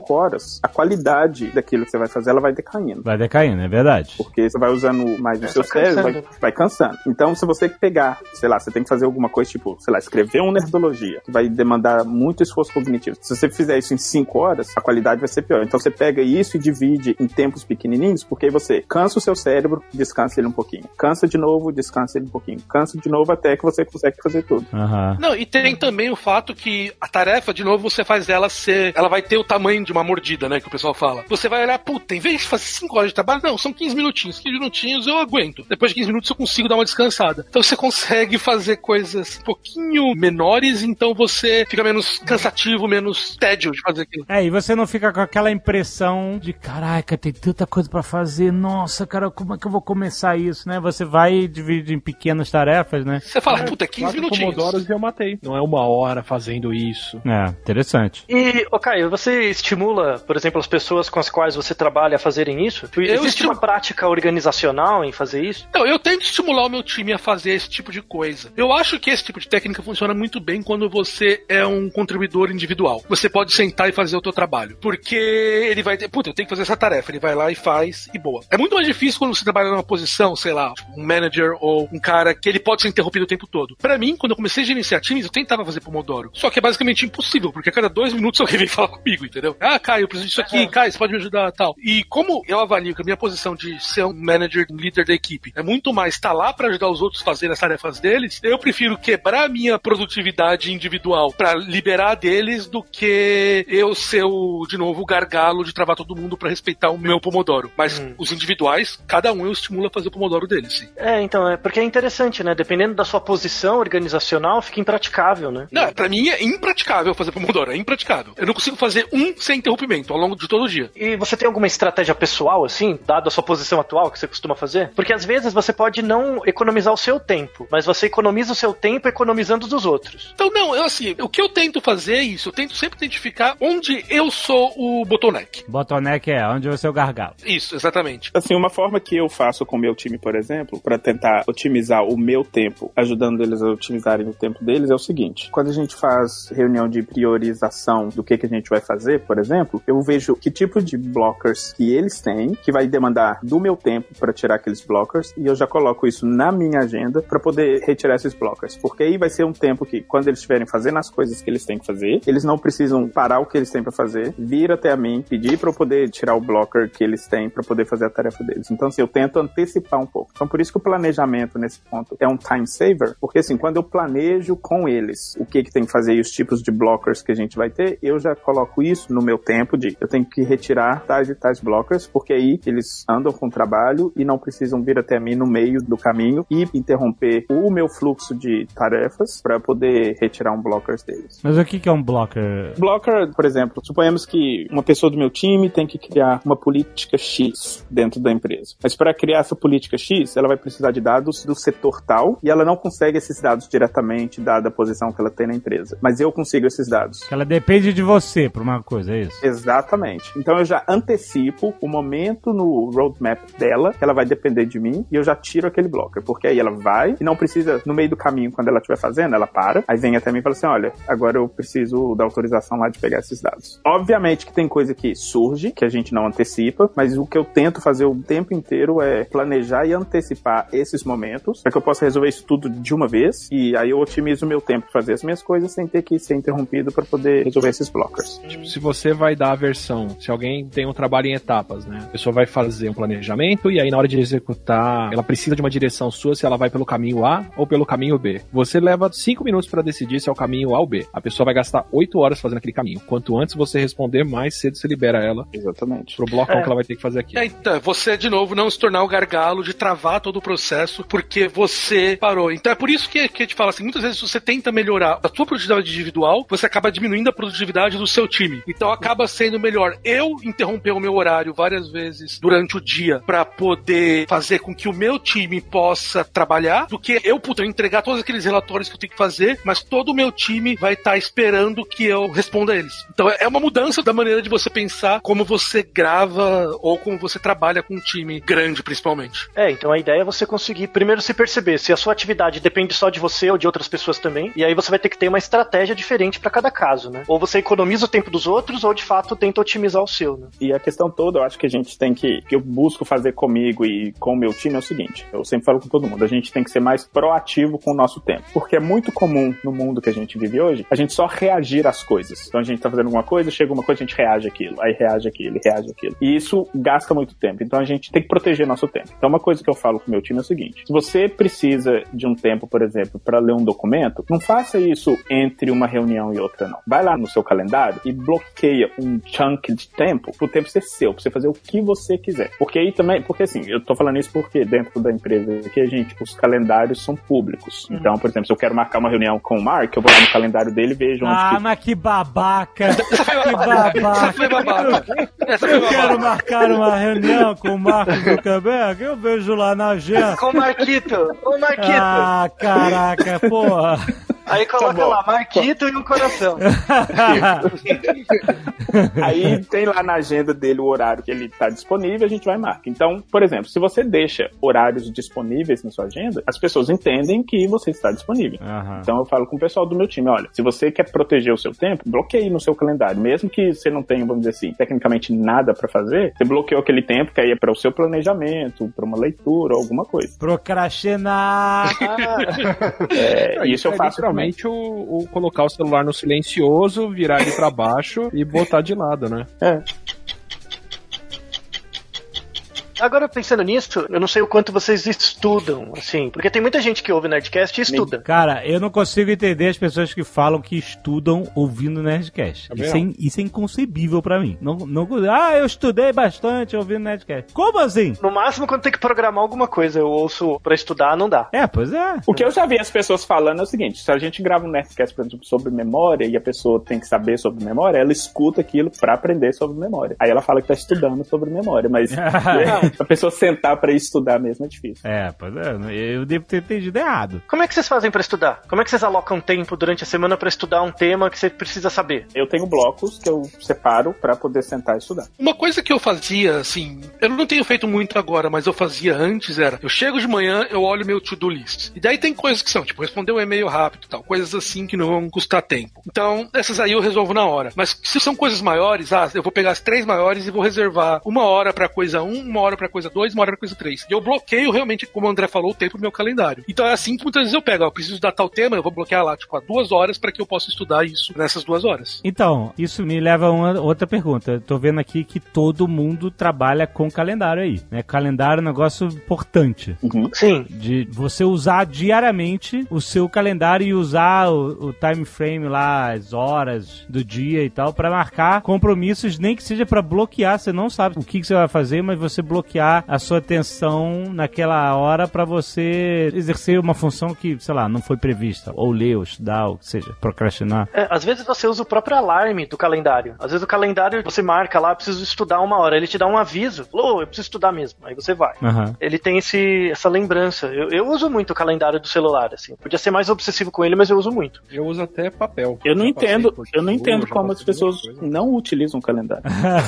cinco horas, a qualidade daquilo que você vai fazer, ela vai decaindo. Vai decaindo, é verdade. Porque você vai usando mais o É, seu tá cérebro, vai, cansando. vai cansando. Então, se você pegar, sei lá, você tem que fazer alguma coisa, tipo, sei lá, escrever uma nerdologia, que vai demandar muito esforço cognitivo. Se você fizer isso em cinco horas, a qualidade vai ser pior. Então, você pega isso e divide em tempos pequenininhos, porque aí você cansa o seu cérebro, descansa ele um pouquinho. Cansa de novo, descansa ele um pouquinho. Cansa de novo até que você consegue fazer tudo. Aham. Não, e tem também o fato que a tarefa, de novo, você faz ela ser... Ela vai ter o tamanho de uma mordida, né, que o pessoal fala. Você vai olhar, puta, em vez de fazer cinco horas de trabalho, não, são quinze minutinhos. quinze minutinhos eu aguento. Depois de quinze minutos eu consigo dar uma descansada. Então você consegue fazer coisas um pouquinho menores, então você fica menos cansativo, menos tédio de fazer aquilo. É, e você não fica com aquela impressão de, caraca, tem tanta coisa pra fazer, nossa, cara, como é que eu vou começar isso, né? Você vai dividir em pequenas tarefas, né? Você fala, puta, quinze Quatro minutinhos. pomodoros e eu matei. Não é uma hora fazendo isso. É, interessante. E, ô Caio, você estimula, por exemplo, as pessoas com as quais você trabalha a fazerem isso? Existe estimulo. uma prática organizacional em fazer isso? Então, eu tento estimular o meu time a fazer esse tipo de coisa. Eu acho que esse tipo de técnica funciona muito bem quando você é um contribuidor individual. Você pode sentar e fazer o teu trabalho. Porque ele vai ter, puta, eu tenho que fazer essa tarefa. Ele vai lá e faz e boa. É muito mais difícil quando você trabalha numa posição, sei lá, tipo, um manager ou um cara que ele pode ser interrompido o tempo todo. Pra mim, quando eu comecei a gerenciar times, eu tentava fazer Pomodoro. Só que é basicamente impossível, porque a cada dois minutos alguém vem falar comigo, entendeu? Ah, Caio, eu preciso disso aqui. Caio, você pode me ajudar, tal. E como eu avalio que a minha posição de ser um manager, um líder da equipe, é muito mais estar lá pra ajudar os outros a fazer as tarefas deles, eu prefiro quebrar a minha produtividade individual pra liberar deles do que eu ser, o, de novo, o gargalo de travar todo mundo pra respeitar o meu Pomodoro. Mas Hum. os individuais, cada um eu estimulo a fazer o Pomodoro deles, sim. É, então, é porque é interessante, né? Dependendo da sua posição organizacional, fica impraticável, né? Não, pra mim é impraticável fazer Pomodoro, é impraticável. Eu não consigo fazer um sem interrompimento ao longo de todo o dia. E você tem alguma estratégia pessoal, assim, dado a sua posição atual, que você costuma fazer? Porque às vezes você pode não economizar o seu tempo, mas você economiza o seu tempo economizando dos outros. Então, não, eu assim, o que eu tento fazer é isso, eu tento sempre identificar onde eu sou o bottleneck. Bottleneck é onde você é o gargalo. Isso, exatamente. Assim, uma forma que eu faço com o meu time, por exemplo, para tentar otimizar o meu tempo, ajudando eles a otimizarem o tempo deles, é o seguinte. Quando a gente faz reunião de priorização do que, que a gente vai fazer, por exemplo, eu vejo que tipo de blockers que eles têm, que vai demandar do meu tempo para tirar aqueles blockers, e eu já coloco isso na minha agenda para poder retirar esses blockers. Porque aí vai ser um tempo que, quando eles estiverem fazendo as coisas que eles têm que fazer, eles não precisam parar o que eles têm para fazer, vir até a mim, pedir para eu poder tirar o blocker que eles têm para poder fazer a tarefa deles. Então, assim, eu tento antecipar um pouco. Então, por isso que o planejamento, nesse ponto, é um time saver, porque, assim, quando eu planejo com eles o que que tem que fazer e os tipos de blockers que a gente vai ter, eu já coloco isso no meu tempo de eu tenho que retirar tais e tais blockers, porque aí eles andam com o trabalho e não precisam vir até mim no meio do caminho e interromper o meu fluxo de tarefas para poder retirar um blockers deles. Mas o que que é um blocker? Blocker, por exemplo, suponhamos que uma pessoa do meu time tem que criar uma política X dentro da empresa. Mas para criar essa política X, ela vai precisar de dados do setor tal e ela não consegue esses dados diretamente, dada a posição que ela tem na empresa. Mas eu consigo esses dados. Que ela depende de você pra uma coisa, é isso? Exatamente. Então eu já antecipo o momento no roadmap dela, que ela vai depender de mim, e eu já tiro aquele blocker, porque aí ela vai e não precisa, no meio do caminho, quando ela estiver fazendo, ela para, aí vem até mim e fala assim, olha, agora eu preciso da autorização lá de pegar esses dados. Obviamente que tem coisa que surge, que a gente não antecipa, mas o que eu tento fazer o tempo inteiro é planejar e antecipar esses momentos, para que eu possa resolver isso tudo de uma vez, e aí eu otimizo o meu tempo de fazer as minhas coisas sem ter que ser interrompido para poder resolver esses blockers. Tipo, se você vai dar a versão, se alguém tem um trabalho em etapas, né? A pessoa vai fazer um planejamento e aí na hora de executar, ela precisa de uma direção sua, se ela vai pelo caminho A ou pelo caminho B. Você leva cinco minutos para decidir se é o caminho A ou B. A pessoa vai gastar oito horas fazendo aquele caminho. Quanto antes você responder, mais cedo você libera ela. Exatamente. Pro blocão É. que ela vai ter que fazer aqui. É, então, você, de novo, não se tornar o gargalo de travar todo o processo porque você parou. Então é por isso que, que a gente fala assim, muitas vezes você tenta melhorar a sua produtividade individual, você acaba diminuindo a produtividade do seu time. Então acaba sendo melhor eu interromper o meu horário várias vezes durante o dia pra poder fazer com que o meu time possa trabalhar, do que eu, puta, entregar todos aqueles relatórios que eu tenho que fazer, mas todo o meu time vai estar esperando que eu responda a eles. Então é uma mudança da maneira de você pensar como você grava ou como você trabalha com um time grande, principalmente. É, então a ideia é você conseguir primeiro se perceber se a sua atividade depende só de você ou de outras pessoas também, e aí você vai ter que ter uma estratégia diferente pra cada caso, né? Ou você economiza o tempo dos outros, ou ou de fato tenta otimizar o seu, né? E a questão toda, eu acho que a gente tem que, que eu busco fazer comigo e com o meu time é o seguinte, eu sempre falo com todo mundo, a gente tem que ser mais proativo com o nosso tempo, porque é muito comum no mundo que a gente vive hoje, a gente só reagir às coisas. Então a gente tá fazendo alguma coisa, chega uma coisa, a gente reage àquilo, aí reage àquilo, reage àquilo. E isso gasta muito tempo, então a gente tem que proteger nosso tempo. Então uma coisa que eu falo com o meu time é o seguinte, se você precisa de um tempo, por exemplo, para ler um documento, não faça isso entre uma reunião e outra, não. Vai lá no seu calendário e bloqueia um chunk de tempo pro tempo ser seu, pra você fazer o que você quiser. Porque aí também, porque assim, eu tô falando isso porque dentro da empresa aqui, a gente, os calendários são públicos. Uhum. Então, por exemplo, se eu quero marcar uma reunião com o Mark, eu vou lá no calendário dele e vejo onde Ah, que... mas que babaca! Que babaca! Foi babaca. Essa foi Eu babaca. quero marcar uma reunião com o Marco Zuckerberg, eu vejo lá na agenda. Com o Marquito! Ô, Marquito! Ah, caraca, porra! Aí coloca Tá bom. lá, Marquito e um coração. Aí tem lá na agenda dele o horário que ele tá disponível, a gente vai e marca. Então, por exemplo, se você deixa horários disponíveis na sua agenda, as pessoas entendem que você está disponível. Aham. Então eu falo com o pessoal do meu time, olha, se você quer proteger o seu tempo, bloqueie no seu calendário. Mesmo que você não tenha, vamos dizer assim, tecnicamente nada pra fazer, você bloqueou aquele tempo que aí é para o seu planejamento, para uma leitura, alguma coisa. Procrastinar! É, isso eu é faço também. literalmente o, o colocar o celular no silencioso, virar ele pra baixo e botar de lado, né? É. Agora, pensando nisso, eu não sei o quanto vocês estudam, assim, porque tem muita gente que ouve Nerdcast e estuda. Cara, eu não consigo entender as pessoas que falam que estudam ouvindo Nerdcast. Também Isso é, in- isso é inconcebível pra mim. Não, não, ah, eu estudei bastante ouvindo Nerdcast. Como assim? No máximo, quando tem que programar alguma coisa, eu ouço pra estudar, não dá. É, pois é. O que eu já vi as pessoas falando é o seguinte, se a gente grava um Nerdcast, por exemplo, sobre memória e a pessoa tem que saber sobre memória, ela escuta aquilo pra aprender sobre memória. Aí ela fala que tá estudando sobre memória, mas a pessoa sentar pra estudar mesmo é difícil. É, pois é. Eu devo ter entendido errado. Como é que vocês fazem pra estudar? Como é que vocês alocam tempo durante a semana pra estudar um tema que você precisa saber? Eu tenho blocos que eu separo pra poder sentar e estudar. Uma coisa que eu fazia, assim, eu não tenho feito muito agora, mas eu fazia antes, era, eu chego de manhã, eu olho meu to-do list. E daí tem coisas que são, tipo, responder um e-mail rápido e tal, coisas assim que não vão custar tempo. Então, essas aí eu resolvo na hora. Mas se são coisas maiores, ah, eu vou pegar as três maiores e vou reservar uma hora pra coisa um, uma hora pra coisa dois, uma hora pra coisa três. E eu bloqueio realmente, como o André falou, o tempo do meu calendário. Então é assim que muitas vezes eu pego, ó, eu preciso estudar tal tema, eu vou bloquear lá, tipo, há duas horas pra que eu possa estudar isso nessas duas horas. Então, isso me leva a uma outra pergunta. Eu tô vendo aqui que todo mundo trabalha com calendário aí, né? Calendário é um negócio importante. Uhum. Sim. De você usar diariamente o seu calendário e usar o, o time frame lá, as horas do dia e tal, pra marcar compromissos, nem que seja pra bloquear. Você não sabe o que, que você vai fazer, mas você bloquear a sua atenção naquela hora pra você exercer uma função que, sei lá, não foi prevista. Ou ler, ou estudar, ou que seja, procrastinar. É, às vezes você usa o próprio alarme do calendário. Às vezes o calendário, você marca lá, preciso estudar uma hora. Ele te dá um aviso. Falou, oh, eu preciso estudar mesmo. Aí você vai. Uhum. Ele tem esse, essa lembrança. Eu, eu uso muito o calendário do celular, assim. Podia ser mais obsessivo com ele, mas eu uso muito. Eu uso até papel. Eu não Já passei entendo, por eu não Google, entendo já como passei as pessoas por muita coisa. não utilizam o calendário.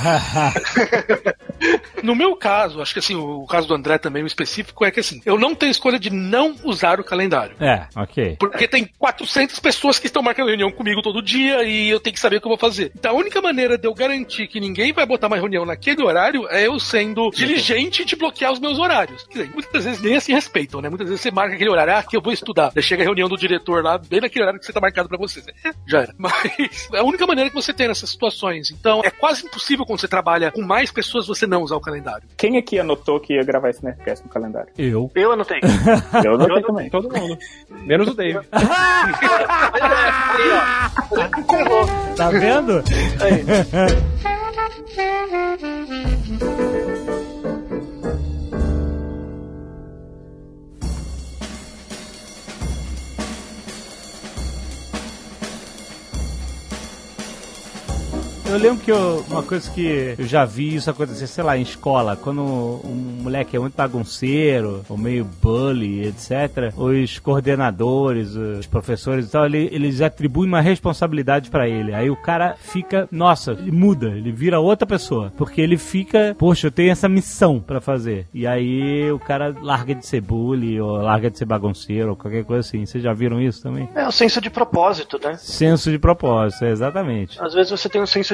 No meu caso, acho que assim, o caso do André também, o específico, é que assim, eu não tenho escolha de não usar o calendário. É, ok. Porque tem quatrocentas pessoas que estão marcando reunião comigo todo dia e eu tenho que saber o que eu vou fazer. Então a única maneira de eu garantir que ninguém vai botar uma reunião naquele horário é eu sendo diligente de bloquear os meus horários. Quer dizer, muitas vezes nem assim respeitam, né? Muitas vezes você marca aquele horário, ah, que eu vou estudar. Daí chega a reunião do diretor lá, bem naquele horário que você tá marcado pra você. É, já era. Mas é a única maneira que você tem nessas situações. Então é quase impossível quando você trabalha com mais pessoas você não usar o calendário. Quem aqui anotou que ia gravar esse Nerdcast no calendário? Eu. Eu anotei. Eu anotei também. Todo mundo. Menos o Dave. Tá vendo? Eu lembro que eu, uma coisa que eu já vi isso acontecer, sei lá, em escola, quando um moleque é muito bagunceiro, ou meio bully, etcétera, os coordenadores, os professores e tal, ele, eles atribuem uma responsabilidade pra ele. Aí o cara fica, nossa, ele muda, ele vira outra pessoa, porque ele fica, poxa, eu tenho essa missão pra fazer. E aí o cara larga de ser bully, ou larga de ser bagunceiro, ou qualquer coisa assim. Vocês já viram isso também? É o senso de propósito, né? Senso de propósito, exatamente. Às vezes você tem um senso de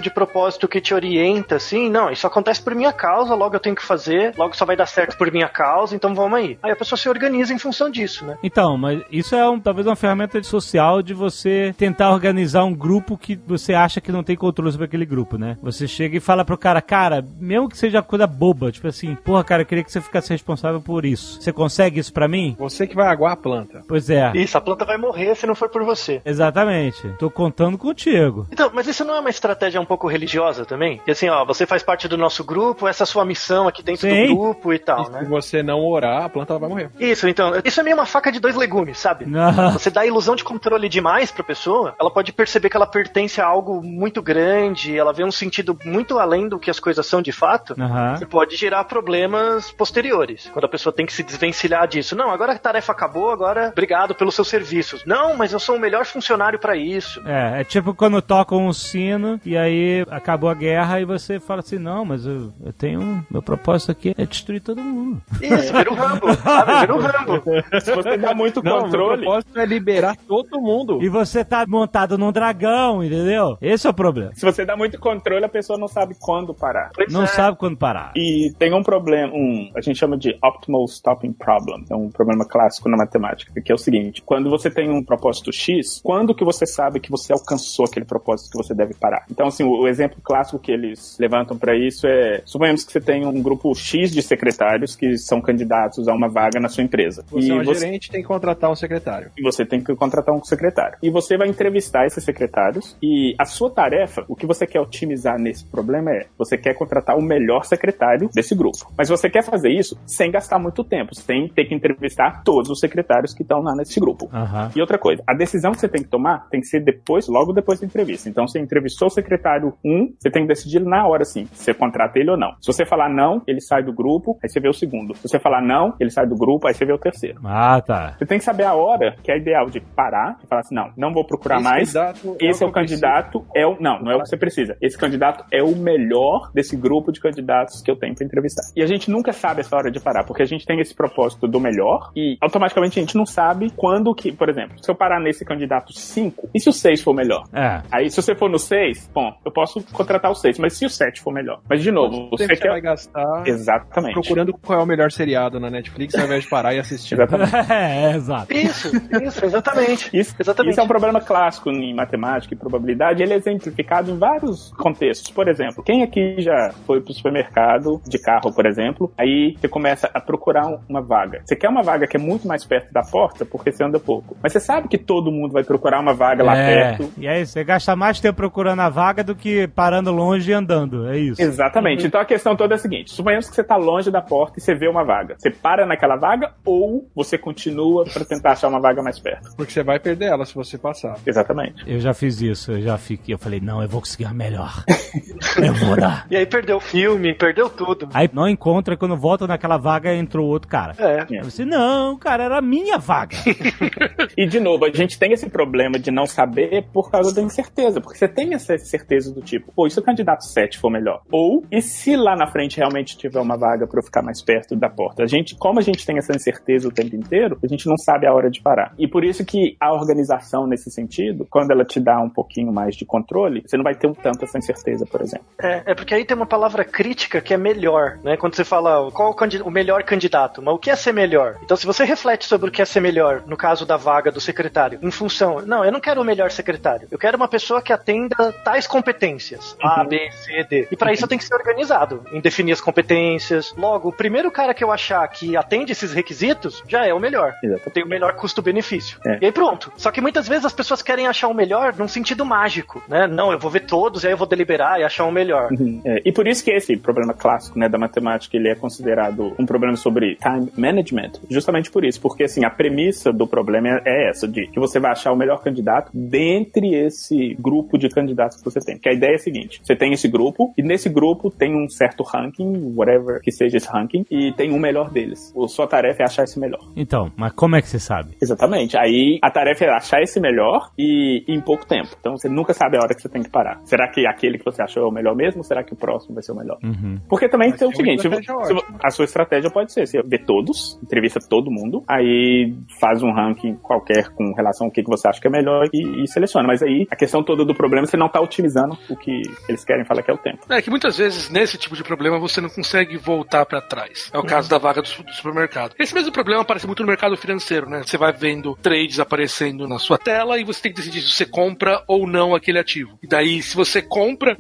de propósito que te orienta, assim, não, isso acontece por minha causa, logo eu tenho que fazer, logo só vai dar certo por minha causa, então vamos aí. Aí a pessoa se organiza em função disso, né? Então, mas isso é um, talvez uma ferramenta social de você tentar organizar um grupo que você acha que não tem controle sobre aquele grupo, né? Você chega e fala pro cara, cara, mesmo que seja coisa boba, tipo assim, porra, cara, eu queria que você ficasse responsável por isso. Você consegue isso pra mim? Você que vai aguar a planta. Pois é. Isso, a planta vai morrer se não for por você. Exatamente. Tô contando contigo. Então, mas isso não é uma estratégia um pouco religiosa também? Que assim, ó, você faz parte do nosso grupo, essa é a sua missão aqui dentro Sim. do grupo e tal, E né? se você não orar, a planta vai morrer. Isso, então, isso é meio uma faca de dois legumes, sabe? Não. Você dá a ilusão de controle demais pra pessoa, ela pode perceber que ela pertence a algo muito grande, ela vê um sentido muito além do que as coisas são de fato, Aham. e pode gerar problemas posteriores, quando a pessoa tem que se desvencilhar disso. Não, agora a tarefa acabou, agora obrigado pelos seus serviços. Não, mas eu sou o melhor funcionário pra isso. É, é tipo quando tocam um sino e aí acabou a guerra e você fala assim, não, mas eu, eu tenho, meu propósito aqui é destruir todo mundo. Isso, vira o Rambo, sabe? Vira o Rambo. Se você dá muito Não, controle... o propósito é liberar todo mundo. E você tá montado num dragão, entendeu? Esse é o problema. Se você dá muito controle, a pessoa não sabe quando parar. Pois Não é. sabe quando parar. E tem um problema, um, a gente chama de optimal stopping problem, é um problema clássico na matemática, que é o seguinte, quando você tem um propósito X, quando que você sabe que você alcançou aquele propósito que você deve parar? Então, assim, o, o exemplo clássico que eles levantam para isso é, suponhamos que você tem um grupo X de secretários que são candidatos a uma vaga na sua empresa. Você e é um você, gerente, tem que contratar um secretário. e você tem que contratar um secretário. E você vai entrevistar esses secretários e a sua tarefa, o que você quer otimizar nesse problema é, você quer contratar o melhor secretário desse grupo. Mas você quer fazer isso sem gastar muito tempo, sem ter que entrevistar todos os secretários que estão lá nesse grupo. Aham. E outra coisa, a decisão que você tem que tomar tem que ser depois, logo depois da entrevista. Então, você entrevistou o secretário um, você tem que decidir na hora, assim, se você contrata ele ou não. Se você falar não, ele sai do grupo, aí você vê o segundo. Se você falar não, ele sai do grupo, aí você vê o terceiro. Ah, tá. Você tem que saber a hora que é ideal de parar e falar assim, não, não vou procurar Esse mais. candidato Esse é o que eu candidato, é o... Não, não é o que você precisa. Esse candidato é o melhor desse grupo de candidatos que eu tenho pra entrevistar. E a gente nunca sabe essa hora de parar, porque a gente tem esse propósito do melhor e automaticamente a gente não sabe quando que, por exemplo, se eu parar nesse candidato cinco, e se o seis for melhor? É. Aí, se você for no seis, bom, eu posso contratar o seis, mas se o sete for melhor? Mas, de novo, Quanto você tempo você quer... vai gastar Exatamente. procurando qual é o melhor seriado na Netflix ao invés de parar e assistir. Exatamente. É, é, exato. Isso, isso, exatamente. Isso, Exatamente. isso é um problema clássico em matemática e probabilidade. Ele é exemplificado em vários contextos. Por exemplo, quem aqui já foi pro supermercado de carro, por exemplo, aí você começa a procurar um- uma vaga. Você quer uma vaga que é muito mais perto da porta porque você anda pouco. Mas você sabe que todo mundo vai procurar uma vaga lá É. perto. E aí, você gasta mais tempo procurando a vaga do que parando longe e andando. É isso. Exatamente. Então a questão toda é a seguinte: suponhamos que você está longe da porta e você vê uma vaga. Você para naquela vaga ou você continua para tentar achar uma vaga mais perto? Porque você vai perder ela se você passar. Exatamente. Eu já fiz isso, eu já fiquei. Eu falei, não, eu vou conseguir a melhor. Eu vou dar. E aí perdeu o filme, perdeu tudo. Aí não encontra, quando volta naquela vaga, entrou outro cara. É. Eu disse, não, cara, era a minha vaga. E de novo, a gente tem esse problema de não saber por causa da incerteza, porque você tem essa certeza do tipo, pô, e se o candidato sete for melhor? Ou, e se lá na frente realmente tiver uma vaga para eu ficar mais perto da porta? A gente, como a gente tem essa incerteza o tempo inteiro, a gente não sabe a hora de parar. E por isso que a organização nesse sentido, quando ela te dá um pouquinho mais de controle, você não vai ter um tanto essa incerteza, por exemplo. É, é porque aí tem uma palavra crítica que é melhor, né? Quando você fala qual o, candid- o melhor candidato, mas o que é ser melhor? Então, se você reflete sobre o que é ser melhor, no caso da vaga do secretário, em função, não, eu não quero o melhor secretário, eu quero uma pessoa que atenda tais competências, A, B, C, D. E para isso eu tenho que ser organizado em definir as competências. Logo, o primeiro cara que eu achar que atende esses requisitos já é o melhor. Exato. Tem o melhor custo-benefício. É. E aí pronto. Só que muitas vezes as pessoas querem achar o melhor num sentido mágico, né? Não, eu vou ver todos e aí eu vou deliberar e achar o melhor. Uhum. É, e por isso que esse problema clássico, né, da matemática, ele é considerado um problema sobre time management, justamente por isso, porque assim, a premissa do problema é, é essa, de que você vai achar o melhor candidato dentre esse grupo de candidatos que você tem. Que a ideia é a seguinte: você tem esse grupo, e nesse grupo tem um certo ranking, whatever que seja esse ranking, e tem um melhor deles. A sua tarefa é achar esse melhor. Então, mas como é que você sabe? Exatamente. Aí a tarefa é achar esse melhor e em pouco tempo. Então você nunca sabe a hora que você tem que parar. Será que aquele que você achou é o melhor mesmo, ou será que o próximo vai ser o melhor? Uhum. Porque também Mas tem o é uma seguinte, se, estratégia se, ótima. a sua estratégia pode ser, você vê todos, entrevista todo mundo, aí faz um ranking qualquer com relação ao que que você acha que é melhor e, e seleciona. Mas aí a questão toda do problema é você não está otimizando gastando o que eles querem falar que é o tempo. É que muitas vezes, nesse tipo de problema, você não consegue voltar pra trás. É o caso da vaga do, do supermercado. Esse mesmo problema aparece muito no mercado financeiro, né? Você vai vendo trades aparecendo na sua tela e você tem que decidir se você compra ou não aquele ativo. E daí, se você compra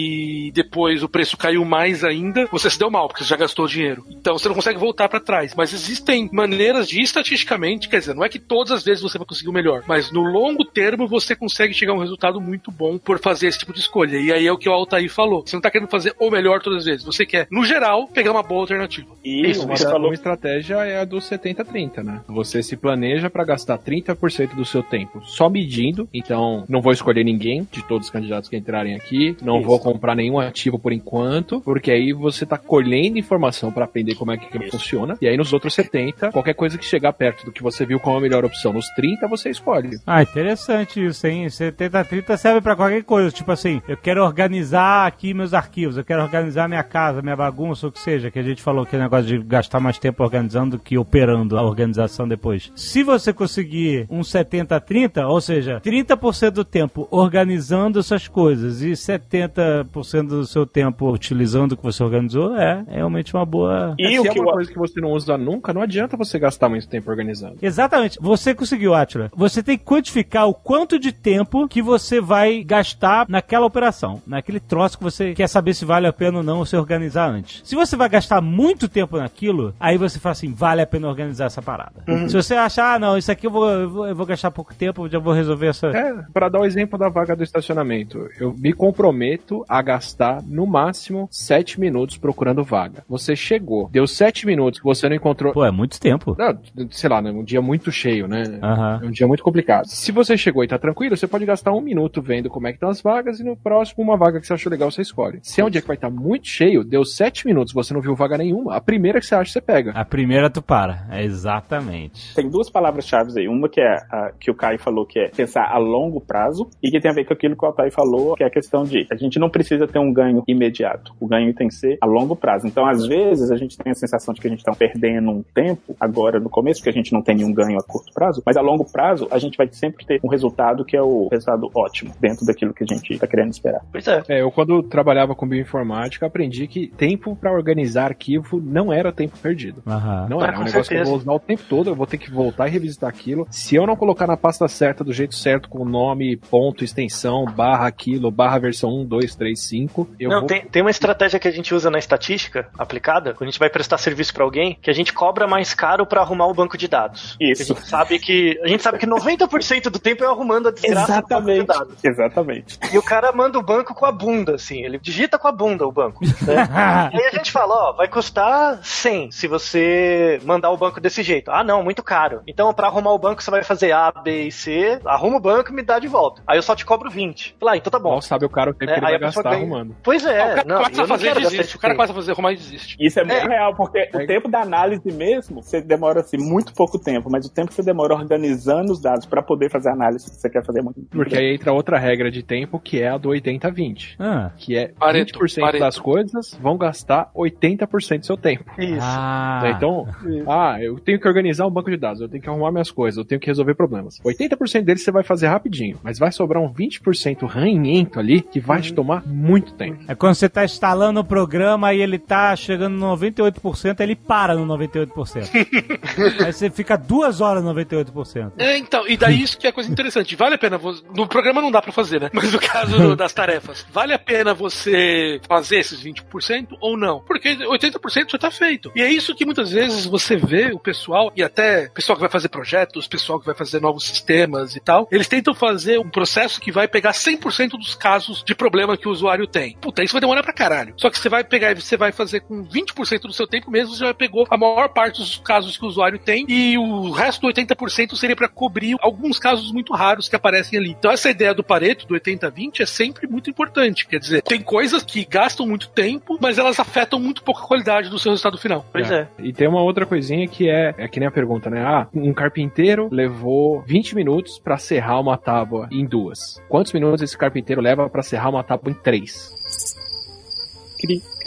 e depois o preço caiu mais ainda, você se deu mal, porque você já gastou dinheiro. Então, você não consegue voltar pra trás. Mas existem maneiras de, estatisticamente, quer dizer, não é que todas as vezes você vai conseguir o melhor, mas no longo termo você consegue chegar a um resultado muito bom por fazer esse tipo de escolha. E aí é o que o Altair falou. Você não tá querendo fazer o melhor todas as vezes. Você quer, no geral, pegar uma boa alternativa. E isso, você falou. Uma estratégia é a do setenta trinta, né? Você se planeja pra gastar trinta por cento do seu tempo só medindo. Então, não vou escolher ninguém de todos os candidatos que entrarem aqui. Não isso. vou comprar nenhum ativo por enquanto, porque aí você tá colhendo informação pra aprender como é que aquilo funciona. E aí nos outros setenta, qualquer coisa que chegar perto do que você viu como a melhor opção nos trinta, você escolhe. Ah, interessante isso, hein? setenta trinta serve pra qualquer coisa. Tipo assim, eu quero organizar aqui meus arquivos, eu quero organizar minha casa, minha bagunça, o que seja, que a gente falou que é negócio de gastar mais tempo organizando do que operando a organização depois. Se você conseguir um setenta trinta, ou seja, trinta por cento do tempo organizando essas coisas e setenta por cento do seu tempo utilizando o que você organizou, é realmente uma boa... E se o que é uma coisa que você não usa nunca, não adianta você gastar muito tempo organizando. Exatamente. Você conseguiu, Átila. Você tem que quantificar o quanto de tempo que você vai gastar naquela operação, naquele troço que você quer saber se vale a pena ou não se organizar antes. Se você vai gastar muito tempo naquilo, aí você fala assim, vale a pena organizar essa parada. Uhum. Se você achar, ah, não, isso aqui eu vou, eu vou, eu vou gastar pouco tempo, já vou resolver essa... É, pra dar o exemplo da vaga do estacionamento, eu me comprometo a gastar, no máximo, sete minutos procurando vaga. Você chegou, deu sete minutos que você não encontrou... Pô, é muito tempo. Não, sei lá, né, um dia muito cheio, né? Uhum. É um dia muito complicado. Se você chegou e tá tranquilo, você pode gastar um minuto vendo como é que estão as vagas e no próximo, uma vaga que você achou legal, você escolhe. Se é um dia que vai estar muito cheio, deu sete minutos, você não viu vaga nenhuma, a primeira que você acha, você pega. A primeira tu para, é exatamente. Tem duas palavras-chave aí. Uma que é a que o Caio falou, que é pensar a longo prazo, e que tem a ver com aquilo que o Altair falou, que é a questão de a gente não precisa ter um ganho imediato. O ganho tem que ser a longo prazo. Então, às vezes, a gente tem a sensação de que a gente está perdendo um tempo agora no começo, porque a gente não tem nenhum ganho a curto prazo, mas a longo prazo a gente vai sempre ter um resultado que é o resultado ótimo, dentro daquilo que a gente está querendo esperar. Pois é. É, eu quando trabalhava com bioinformática, aprendi que tempo para organizar arquivo não era tempo perdido. Uhum. Não era, é um negócio certeza. que eu vou usar o tempo todo, eu vou ter que voltar e revisitar aquilo. Se eu não colocar na pasta certa, do jeito certo, com nome, ponto, extensão, barra aquilo, barra versão um, dois, três, cinco, eu não, vou... tem, tem uma estratégia que a gente usa na estatística aplicada, quando a gente vai prestar serviço para alguém, que a gente cobra mais caro para arrumar o banco de dados. Isso. A gente sabe que, a gente sabe que noventa por cento do tempo é arrumando a desgraça Exatamente. do banco de dados. Exatamente. E o cara manda o banco com a bunda, assim, ele digita com a bunda o banco. Né? E aí a gente fala, ó, vai custar cem se você mandar o banco desse jeito. Ah, não, muito caro. Então, pra arrumar o banco, você vai fazer A, B e C, arruma o banco e me dá de volta. Aí eu só te cobro vinte. Fala, ah, então tá bom. Mal sabe o cara o tempo é, que ele vai gastar ganha... arrumando. Pois é. Ah, o cara não, começa a fazer e desiste. O cara tempo. começa a fazer arrumar e desiste. Isso é muito É. real, porque É. o tempo da análise mesmo, você demora assim, muito pouco tempo, mas o tempo que você demora organizando os dados pra poder fazer a análise que você quer fazer é muito, muito Porque grande. aí entra outra regra de tempo, que é a do oitenta vinte. Ah. Que é Pareto, vinte por cento Pareto. das coisas vão gastar oitenta por cento do seu tempo. Isso. Ah. Né? Então, ah, eu tenho que organizar um banco de dados, eu tenho que arrumar minhas coisas, eu tenho que resolver problemas. oitenta por cento deles você vai fazer rapidinho, mas vai sobrar um vinte por cento ranhento ali que vai te tomar muito tempo. É quando você tá instalando o programa e ele tá chegando no noventa e oito por cento, ele para no noventa e oito por cento. Aí você fica duas horas no noventa e oito por cento. É, então, e daí isso que é coisa interessante. Vale a pena você... No programa não dá pra fazer, né? Mas no caso do, das tarefas, vale a pena você fazer esses vinte por cento ou não? Porque oitenta por cento já tá feito. E é isso que muitas vezes você vê o pessoal, e até o pessoal que vai fazer projetos, o pessoal que vai fazer novos sistemas e tal, eles tentam fazer um processo que vai pegar cem por cento dos casos de problema que o usuário tem. Puta, isso vai demorar pra caralho. Só que você vai pegar e você vai fazer com vinte por cento do seu tempo mesmo, você já pegou a maior parte dos casos que o usuário tem, e o resto do oitenta por cento seria pra cobrir alguns casos muito raros que aparecem ali. Então essa ideia do Pareto, do oitenta vinte, é sempre muito importante. Quer dizer, tem coisas que gastam muito tempo, mas elas afetam muito pouco a qualidade do seu resultado final. Pois é. E tem uma outra coisinha que é, é que nem a pergunta, né? Ah, um carpinteiro levou vinte minutos pra serrar uma tábua em duas. Quantos minutos esse carpinteiro leva pra serrar uma tábua em três? Cri, cri, cri.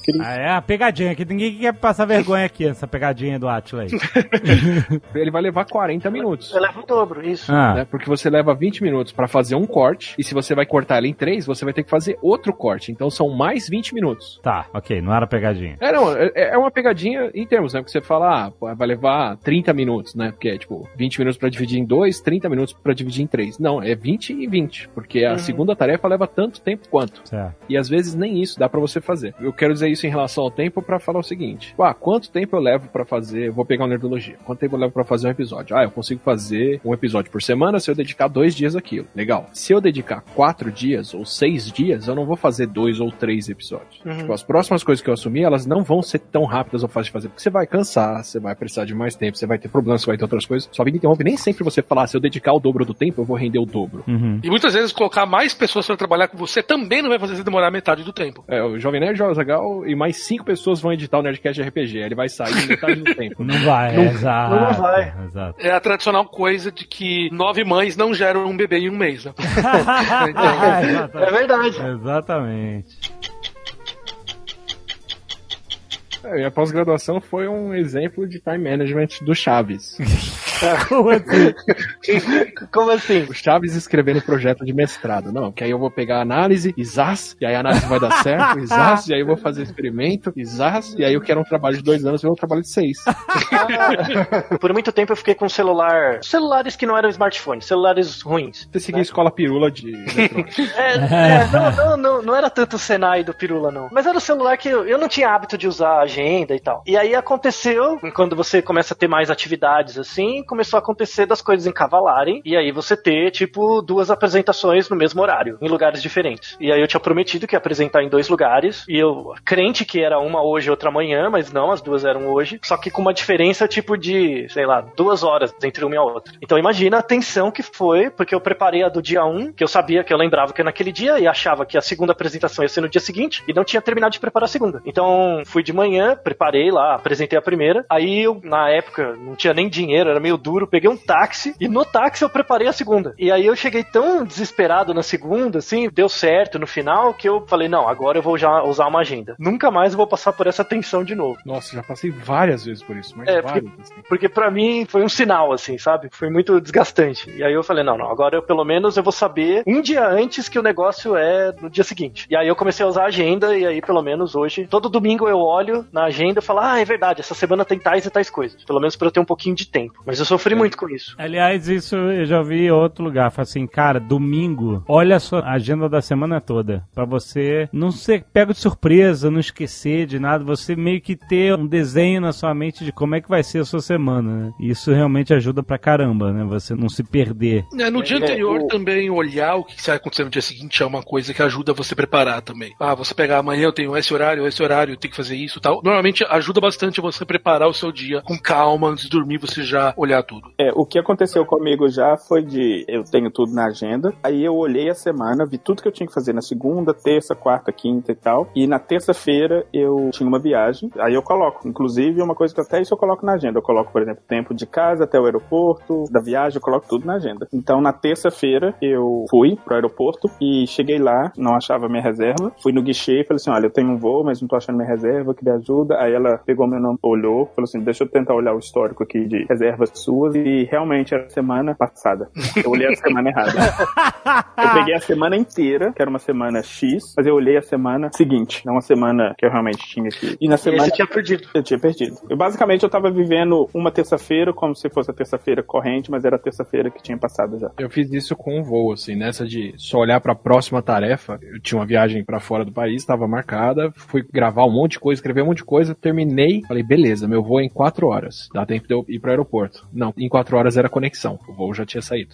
Cris. Ah, é a pegadinha, que ninguém quer passar vergonha aqui, essa pegadinha do Átila aí. Ele vai levar quarenta minutos. Eu levo o dobro, isso. Ah, Né? Porque você leva vinte minutos pra fazer um corte, e se você vai cortar ele em três, você vai ter que fazer outro corte. Então são mais vinte minutos. tá, ok, não era pegadinha. É, não, é, é uma pegadinha em termos, né? Porque você fala, ah, pô, vai levar trinta minutos, né? Porque é tipo vinte minutos pra dividir em dois, trinta minutos pra dividir em três. Não, é vinte e vinte, porque a Uhum. segunda tarefa leva tanto tempo quanto. Certo. E às vezes nem isso dá pra você fazer. Eu quero dizer isso em relação ao tempo pra falar o seguinte: ah, quanto tempo eu levo pra fazer, vou pegar uma nerdologia, quanto tempo eu levo pra fazer um episódio? Ah, eu consigo fazer um episódio por semana se eu dedicar dois dias àquilo. Legal. Se eu dedicar quatro dias ou seis dias, eu não vou fazer dois ou três episódios. Uhum. Tipo, as próximas coisas que eu assumir, elas não vão ser tão rápidas ou fáceis de fazer, porque você vai cansar, você vai precisar de mais tempo, você vai ter problemas, você vai ter outras coisas. Sua vida interrompe. Nem sempre você falar, ah, se eu dedicar o dobro do tempo, eu vou render o dobro. Uhum. E muitas vezes colocar mais pessoas para trabalhar com você também não vai fazer você demorar metade do tempo. É, o Jovem Nerd, o Azaghal e mais cinco pessoas vão editar o Nerdcast R P G. Ele vai sair metade do tempo. Não vai, Não- exato. não vai. Exato. É a tradicional coisa de que nove mães não geram um bebê em um mês, né? É verdade. Exatamente. É, minha pós-graduação foi um exemplo de time management do Chaves. Como assim? Como assim? O Chaves escrevendo projeto de mestrado. Não, que aí eu vou pegar a análise, Isas, e aí a análise vai dar certo, Isas, e aí eu vou fazer experimento, Isas, e aí eu quero um trabalho de dois anos, eu vou um trabalho de seis. Por muito tempo eu fiquei com celular. Celulares que não eram smartphones, celulares ruins. Você seguia a escola pirula de eletrônica. É, é, não, não, não, não era tanto o Senai do Pirula, não. Mas era o celular que eu, eu não tinha hábito de usar agenda e tal. E aí aconteceu, quando você começa a ter mais atividades assim, começou a acontecer das coisas encavalarem, e aí você ter, tipo, duas apresentações no mesmo horário, em lugares diferentes. E aí eu tinha prometido que ia apresentar em dois lugares, e eu, crente que era uma hoje e outra amanhã, mas não, as duas eram hoje, só que com uma diferença, tipo, de, sei lá, duas horas entre uma e a outra. Então imagina a tensão que foi, porque eu preparei a do dia um, que eu sabia que eu lembrava que era naquele dia, e achava que a segunda apresentação ia ser no dia seguinte, e não tinha terminado de preparar a segunda. Então fui de manhã, preparei lá, apresentei a primeira, aí eu, na época, não tinha nem dinheiro, era meio duro, peguei um táxi, e no táxi eu preparei a segunda. E aí eu cheguei tão desesperado na segunda, assim, deu certo no final, que eu falei, não, agora eu vou já usar uma agenda. Nunca mais eu vou passar por essa tensão de novo. Nossa, já passei várias vezes por isso, mas É, várias, assim. Porque pra mim foi um sinal, assim, sabe? Foi muito desgastante. E aí eu falei, não, não, agora eu pelo menos eu vou saber um dia antes que o negócio é no dia seguinte. E aí eu comecei a usar a agenda, e aí pelo menos hoje, todo domingo eu olho na agenda e falo, ah, é verdade, essa semana tem tais e tais coisas. Pelo menos pra eu ter um pouquinho de tempo. Mas eu sofri muito com isso. Aliás, isso eu já ouvi em outro lugar. Fala assim, cara, domingo, olha a sua agenda da semana toda. Pra você não ser pego de surpresa, não esquecer de nada. Você meio que ter um desenho na sua mente de como é que vai ser a sua semana, né? E isso realmente ajuda pra caramba, né? Você não se perder. É, no dia É, anterior o- também olhar o que vai acontecer no dia seguinte é uma coisa que ajuda você a preparar também. Ah, você pegar amanhã eu tenho esse horário, esse horário, eu tenho que fazer isso e tal. Normalmente ajuda bastante você preparar o seu dia com calma, antes de dormir você já olhar tudo. É, o que aconteceu comigo já foi de, eu tenho tudo na agenda, aí eu olhei a semana, vi tudo que eu tinha que fazer na segunda, terça, quarta, quinta e tal, e na terça-feira eu tinha uma viagem, aí eu coloco, inclusive uma coisa que até isso eu coloco na agenda, eu coloco, por exemplo, tempo de casa até o aeroporto, da viagem, eu coloco tudo na agenda. Então na terça-feira eu fui pro aeroporto e cheguei lá, não achava minha reserva, fui no guichê e falei assim, olha, eu tenho um voo, mas não tô achando minha reserva, queria ajuda, aí ela pegou meu nome, olhou, falou assim, deixa eu tentar olhar o histórico aqui de reservas suas, e realmente era semana passada. Eu olhei a semana errada. Eu peguei a semana inteira, que era uma semana X, mas eu olhei a semana seguinte, não a semana que eu realmente tinha aqui. E na E semana... aí você tinha perdido. Eu tinha perdido. Eu, basicamente, eu tava vivendo uma terça-feira como se fosse a terça-feira corrente, mas era a terça-feira que tinha passado já. Eu fiz isso com um voo, assim, nessa de só olhar pra próxima tarefa. Eu tinha uma viagem pra fora do país, tava marcada, fui gravar um monte de coisa, escrever um monte de coisa, terminei, falei, beleza, meu voo é em quatro horas, dá tempo de eu ir pro aeroporto. Não, em quatro horas era conexão, o voo já tinha saído.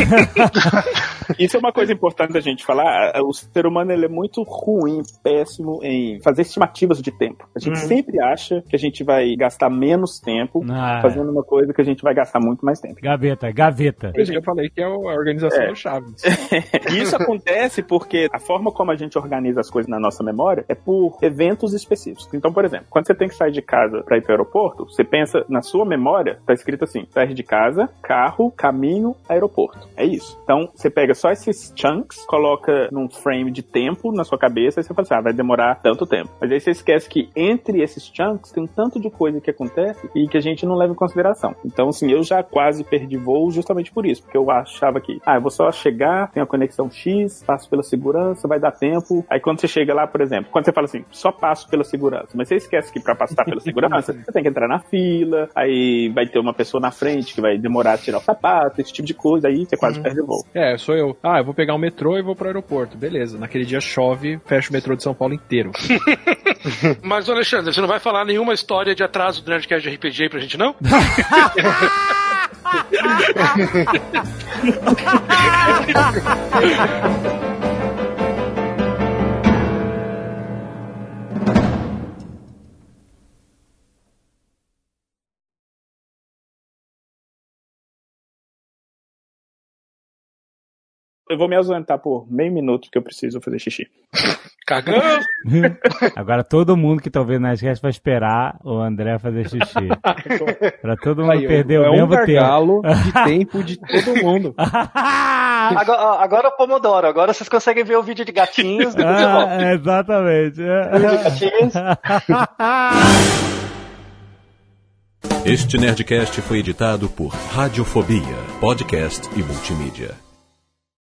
Isso é uma coisa importante da gente falar. O ser humano ele é muito ruim, péssimo em fazer estimativas de tempo. A gente Uhum. sempre acha que a gente vai gastar menos tempo Ah, fazendo uma coisa que a gente vai gastar muito mais tempo. gaveta, gaveta. Por isso que eu falei que é a organização É. do Chaves. E isso acontece porque a forma como a gente organiza as coisas na nossa memória é por eventos específicos. Então, por exemplo, quando você tem que sair de casa para ir para o aeroporto, você pensa na sua memória, tá escrito assim, assim, sair de casa, carro, caminho, aeroporto. É isso. Então, você pega só esses chunks, coloca num frame de tempo na sua cabeça e você fala assim, ah, vai demorar tanto tempo. Mas aí você esquece que entre esses chunks tem um tanto de coisa que acontece e que a gente não leva em consideração. Então, assim, eu já quase perdi voo justamente por isso, porque eu achava que, ah, eu vou só chegar, tem a conexão X, passo pela segurança, vai dar tempo. Aí quando você chega lá, por exemplo, quando você fala assim, só passo pela segurança, mas você esquece que pra passar pela segurança, você tem que entrar na fila, aí vai ter uma pessoa na frente que vai demorar a tirar o sapato, esse tipo de coisa, aí você quase hum. perde o voo. É, sou eu. Ah, eu vou pegar o metrô e vou pro aeroporto. Beleza, naquele dia chove, fecha o metrô de São Paulo inteiro. Mas, Alexandre, você não vai falar nenhuma história de atraso do Nerdcast de R P G pra gente, não? Eu vou me ausentar por meio minuto que eu preciso fazer xixi. Cagão! Agora todo mundo que tá ouvindo na Nerdcast vai esperar o André fazer xixi. Pra todo mundo Aí, perder é o um mesmo gargalo tempo. de tempo de todo mundo. Agora, agora o Pomodoro, agora vocês conseguem ver o vídeo de gatinhos do Ah, exatamente. vídeo de gatinhos. Este Nerdcast foi editado por Radiofobia, podcast e multimídia.